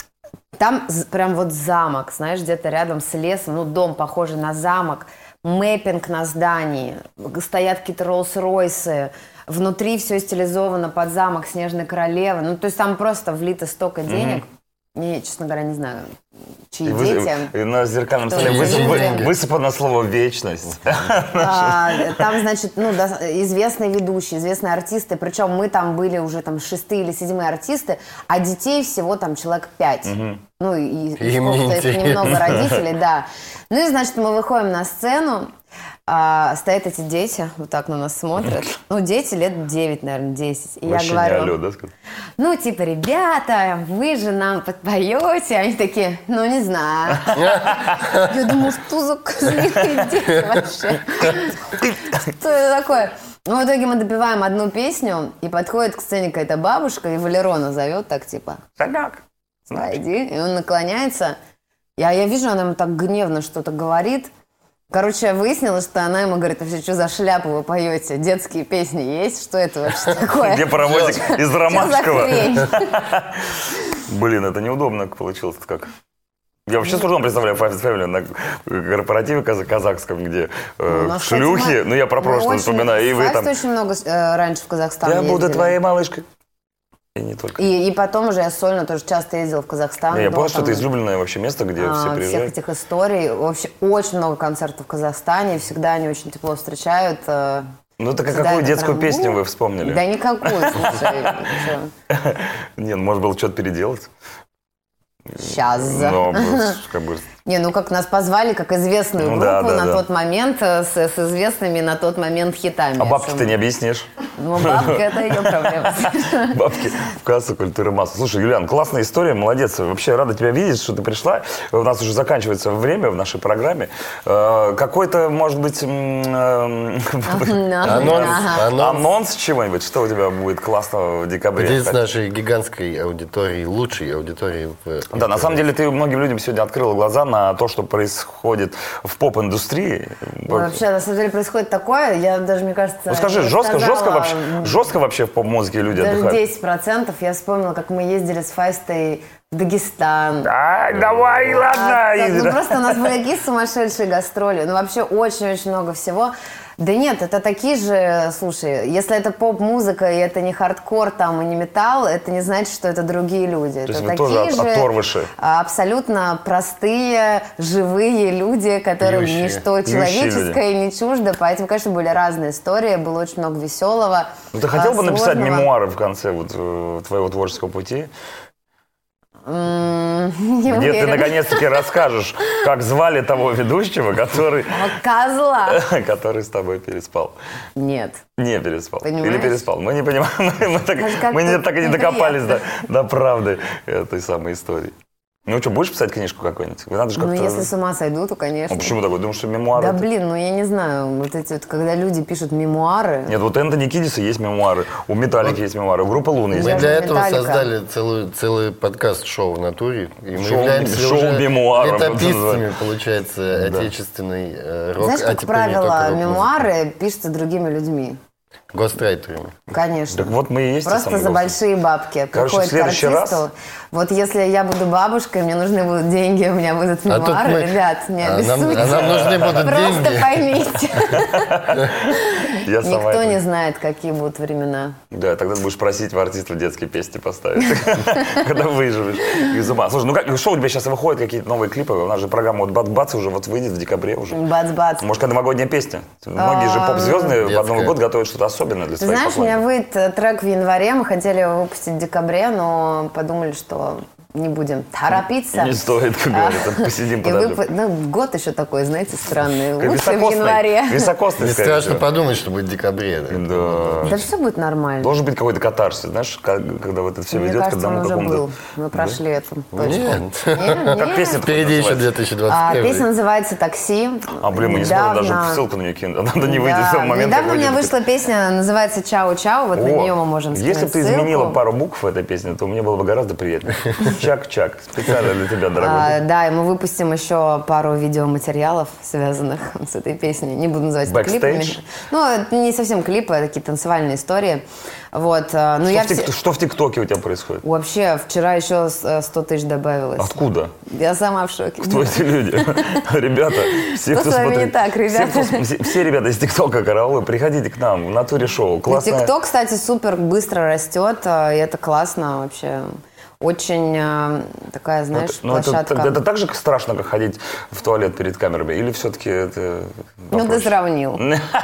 там з- прям вот замок, знаешь, где-то рядом с лесом, ну, дом похожий на замок, мэппинг на здании, стоят какие-то Роллс-Ройсы, внутри все стилизовано под замок Снежной Королевы. Ну, то есть там просто влито столько денег. Я, честно говоря, не знаю, чьи И, вы- дети. и на зеркальном Кто столе эти высып- люди? высыпано слово «вечность». А, там, значит, ну, да, известные ведущие, известные артисты. Причем мы там были уже там шестые или седьмые артисты, а детей всего там человек пять. Ну, и, и Им сколько-то их неинтересно. немного родителей, да. Ну, и, значит, мы выходим на сцену, а, стоят эти дети, вот так на нас смотрят. Ну, дети лет девять, наверное, десять. И Вообще я говорю, не алло, да, сказать? ну, типа, ребята, вы же нам подпоете. Они такие, ну, не знаю. Я думаю, что за козлиные дети вообще? Что это такое? Ну, в итоге мы допеваем одну песню, и подходит к сцене какая-то бабушка, и Валерона зовет так, типа, Санек, пойди. И он наклоняется. Я, я вижу, она ему так гневно что-то говорит. Короче, выяснилось, что она ему говорит, вообще, что за шляпу вы поете? Детские песни есть? Что это вообще такое? Где паровозик из Что за Ромашкова? хрень? Блин, это неудобно получилось как. Я вообще с трудом представляю Five Family на корпоративе каза- казахском, где э, У нас, шлюхи, кстати, мы- ну я про мы прошлое очень- вспоминаю, и вы Файст там, очень много э, раньше в Казахстан я буду ездили. твоей малышкой. И не только. И, и потом уже я сольно тоже часто ездила в Казахстан. Не, я до, понял, что там, это излюбленное вообще место, где а, все всех приезжают. этих историй. Вообще очень много концертов в Казахстане. Всегда они очень тепло встречают. э, Ну так а всегда какую это детскую прям, песню ну, вы вспомнили? Да никакую, слушай. чё. Нет, может было что-то переделать? Сейчас. Но как бы... Не, ну как нас позвали как известную Ну группу да, да, на да. тот момент э, с, с известными на тот момент хитами. А бабки ты не объяснишь? Ну, бабка – это ее проблема. Бабки в кассу культуры массы. Слушай, Юлиан, классная история, молодец. Вообще рада тебя видеть, что ты пришла. У нас уже заканчивается время в нашей программе. Э, Какой-то, может быть, м, э, Анонс, анонс. анонс чего-нибудь? Что у тебя будет классного в декабре? Где с нашей гигантской аудиторией, лучшей аудиторией в Да, на самом деле ты многим людям сегодня открыла глаза на то, что происходит в поп-индустрии. Ну, вообще, на самом деле, происходит такое, я даже, мне кажется... Ну скажи, я жестко, сказала, жестко вообще, жестко вообще в поп-музыке люди Даже отдыхают? десять процентов. Я вспомнила, как мы ездили с Файстой в Дагестан. Ай, давай, А, ладно. так, ну, просто у нас были такие сумасшедшие гастроли. Ну, вообще, очень-очень много всего. Да нет, это такие же, слушай, если это поп-музыка, и это не хардкор там, и не металл, это не значит, что это другие люди. То это есть вы такие тоже от- же оторвыши? а, абсолютно простые, живые люди, которым Пьющие. ничто Пьющие человеческое не чуждо. Поэтому, конечно, были разные истории, было очень много веселого. Ну, ты хотел а, бы написать сложного. мемуары в конце вот, э, твоего творческого пути? М, не Где ты уверена. наконец-таки расскажешь, как звали того ведущего, который, Козла. который с тобой переспал. Нет. Не переспал. Понимаешь? Или переспал. Мы не понимаем. Мы, мы так, Как мы не, тут так и не неприятно. докопались до, до правды этой самой истории. Ну что, будешь писать книжку какую-нибудь? Надо же Ну, как-то... если с ума сойду, то, конечно. Ну, почему такое? Думаешь, что мемуары? Да это- блин, ну я не знаю, вот эти вот, когда люди пишут мемуары, Нет, вот Энтони Кидиса есть мемуары, у Металлики есть мемуары, у группы Луны есть Мы Я для же этого Металлика. создали целую, целый подкаст-шоу в натуре. И мы Шоу- являемся шоу уже мемуаров, это летописцами, называется. получается, отечественной э, рок, знаешь, а как теперь не только правило, рок-музыки. мемуары пишутся другими людьми. Гострайтерами. Конечно. Так вот мы и есть те Просто самые за голоса. большие бабки. Короче, в Приходит к следующий артисту. раз- Вот если я буду бабушкой, мне нужны будут деньги, у меня будут А тут мемуары, мы- ребят, не а нам- обессудьте. а нам нужны будут Просто деньги. поймите. Я сама Никто это- не знает, какие будут времена. Да, тогда ты будешь просить в артистов детские песни поставить, когда выживешь из ума. Слушай, ну как, что у тебя сейчас выходят какие-то новые клипы? У нас же программа вот «Бац-бац» уже вот выйдет в декабре уже. Бац-бац. Может, какая новогодняя песня? Многие же поп-звезды в Детская. Новый год готовят что-то особенное для Ты своих знаешь, у меня поклонников. выйдет э, трек в январе, мы хотели его выпустить в декабре, но подумали, что не будем торопиться. Не стоит, как говорится, посидим, И подождем. вып- ну, год еще такой, знаете, странный. Как Лучше в високосный. январе. Високосный, Не скорее страшно всего. подумать, что будет в декабре. да. Да. Да все будет нормально. Должен быть какой-то катарсис, знаешь, как- когда вот это все Мне ведет к кажется, он одному уже какому-то... был. Мы прошли эту точку. Нет. Нет, Как нет. песня Впереди еще две тысячи двадцать А, первый. песня называется «Такси». А, блин, мы не сможем даже Недавно- ссылку на нее кинуть. Надо не выйти Да, в тот момент, недавно как у меня выйдет. вышла песня, называется «Чао-чао», вот на О, нее мы можем скинуть если бы ты ссылку. изменила пару букв в этой песне, то мне было бы гораздо приятнее. Чак-чак. Специально для тебя, дорогой. А, да, и мы выпустим еще пару видеоматериалов, связанных с этой песней. Не буду называть это Бэкстейдж? клипами. Ну, это не совсем клипы, а такие танцевальные истории. Вот. а, Но Что, я в тик- все- что в ТикТоке у тебя происходит? Вообще, вчера еще с- сто тысяч добавилось. Откуда? Я сама в шоке. Кто эти люди? Ребята, все, Что кто с вами смотрит... не так, ребята? Все, кто- все- все ребята из ТикТока, караулы, приходите к нам в натуре шоу. Классная... ТикТок, кстати, супер быстро растет, а, и это классно вообще. очень э, такая, знаешь, Ну, это, площадка. это, это так же страшно, как ходить в туалет перед камерами? Или все-таки это Ну, ты попроще? сравнил.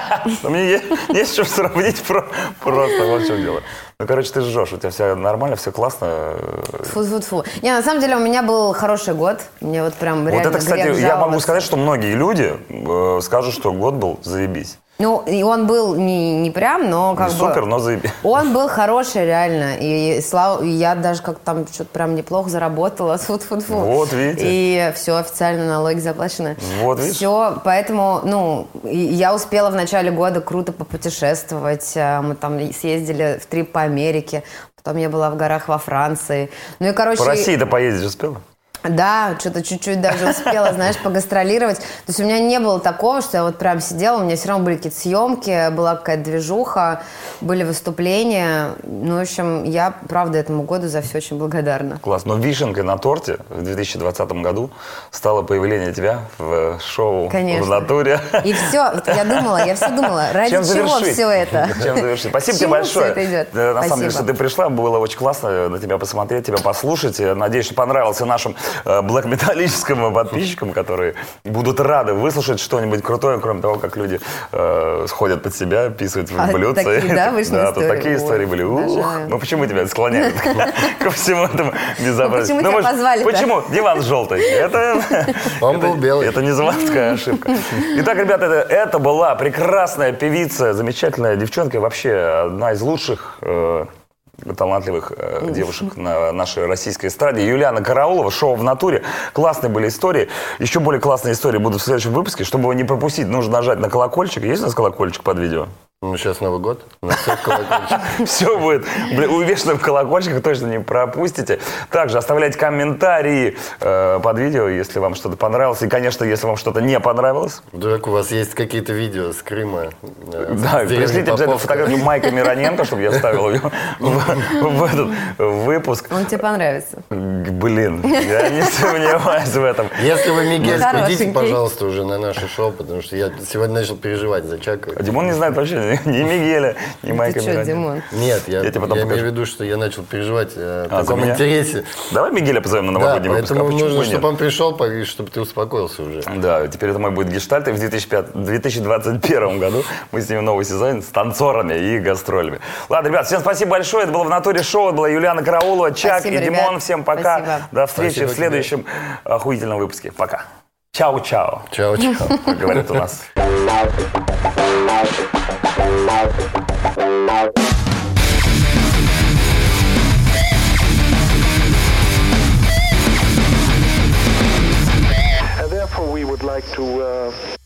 Мне есть, есть что сравнить про- просто, вот в чем дело. Ну, короче, ты жжешь, у тебя все нормально, все классно. Фу-фу-фу. Не, на самом деле у меня был хороший год. Мне вот прям Вот реально это, кстати, грех я могу жаловаться. сказать, что многие люди э, скажут, что год был заебись. Ну, и он был не, не прям, но как Не бы... супер, но заебись. Он был хороший, реально. И, слава, и я даже как там что-то прям неплохо заработала. Фу-фу-фу. Вот, видите. И все, официально налоги заплачены. Вот, видишь. Все, поэтому, ну, и я успела в начале года круто попутешествовать. А, Мы там съездили в трип по Америке. Потом я была в горах во Франции. Ну и, короче... По России-то поездить успела? Да, что-то чуть-чуть даже успела, знаешь, погастролировать. То есть у меня не было такого, что я вот прям сидела, у меня все равно были какие-то съемки, была какая-то движуха, были выступления. Ну, в общем, я, правда, этому году за все очень благодарна. Класс. Но вишенкой на торте в две тысячи двадцатом году стало появление тебя в шоу Конечно. «В натуре». И все, я думала, я все думала, ради Чем чего завершить? все это? Чем завершить? Спасибо К тебе чему большое. всё это идет? Э, На самом деле, Спасибо. что ты пришла, было очень классно на тебя посмотреть, тебя послушать. Я надеюсь, что понравился нашим э, блэк-металлическим подписчикам, которые будут рады выслушать что-нибудь крутое, кроме того, как люди э, сходят под себя, писают в А, блюдце. такие, да, вышли Да, тут истории? такие Ой, истории были. Ух, обожаю. ну почему тебя склоняют ко всему этому безобразию? почему тебя может, позвали-то? Почему? Диван желтый. Это... Он был белый. Это не заводская ошибка. Итак, ребята, это, это была прекрасная певица, замечательная девчонка, вообще одна из лучших э, талантливых э, девушек на нашей российской эстраде. Юлиана Караулова, шоу «В натуре». Классные были истории. Еще более классные истории будут в следующем выпуске. Чтобы его не пропустить, нужно нажать на колокольчик. Есть у нас колокольчик под видео? Ну, сейчас Новый год. На всех колокольчиках. Все будет увешано в колокольчиках, точно не пропустите. Также оставляйте комментарии э, под видео, если вам что-то понравилось. И, конечно, если вам что-то не понравилось. Вдруг у вас есть какие-то видео с Крыма? э, с Да, деревни пришлите обязательно Поповка. фотографию Майка Мироненко, чтобы я вставил ее в, в этот выпуск. Он тебе понравится. Блин, я не сомневаюсь в этом. Если вы Мигель, Ну, идите, хорошенький. пожалуйста, уже на наше шоу, потому что я сегодня начал переживать за Чака. А Димон не знает вообще ни Мигеля, ни Майка Ты что, Мироненко. Димон? Нет, я, Я тебе потом я покажу. имею в виду, что я начал переживать э, А, о таком за меня? интересе. Давай Мигеля позовем на Да, новогодний выпуск. а поэтому почему нужно, бы нет? чтобы он пришел, и чтобы ты успокоился уже. Да, теперь это мой будет гештальт, и в две тысячи пятом, две тысячи двадцать первом году мы снимем новый сезон с танцорами и гастролями. Ладно, ребят, всем спасибо большое. Это было «В натуре» шоу, это была Юлиана Караулова, Чак Спасибо, и Димон. ребят. Всем пока. Спасибо. До встречи Спасибо в следующем охуительном выпуске. Пока. Чао-чао, Чао-чао. как говорят у нас. And therefore we would like to uh,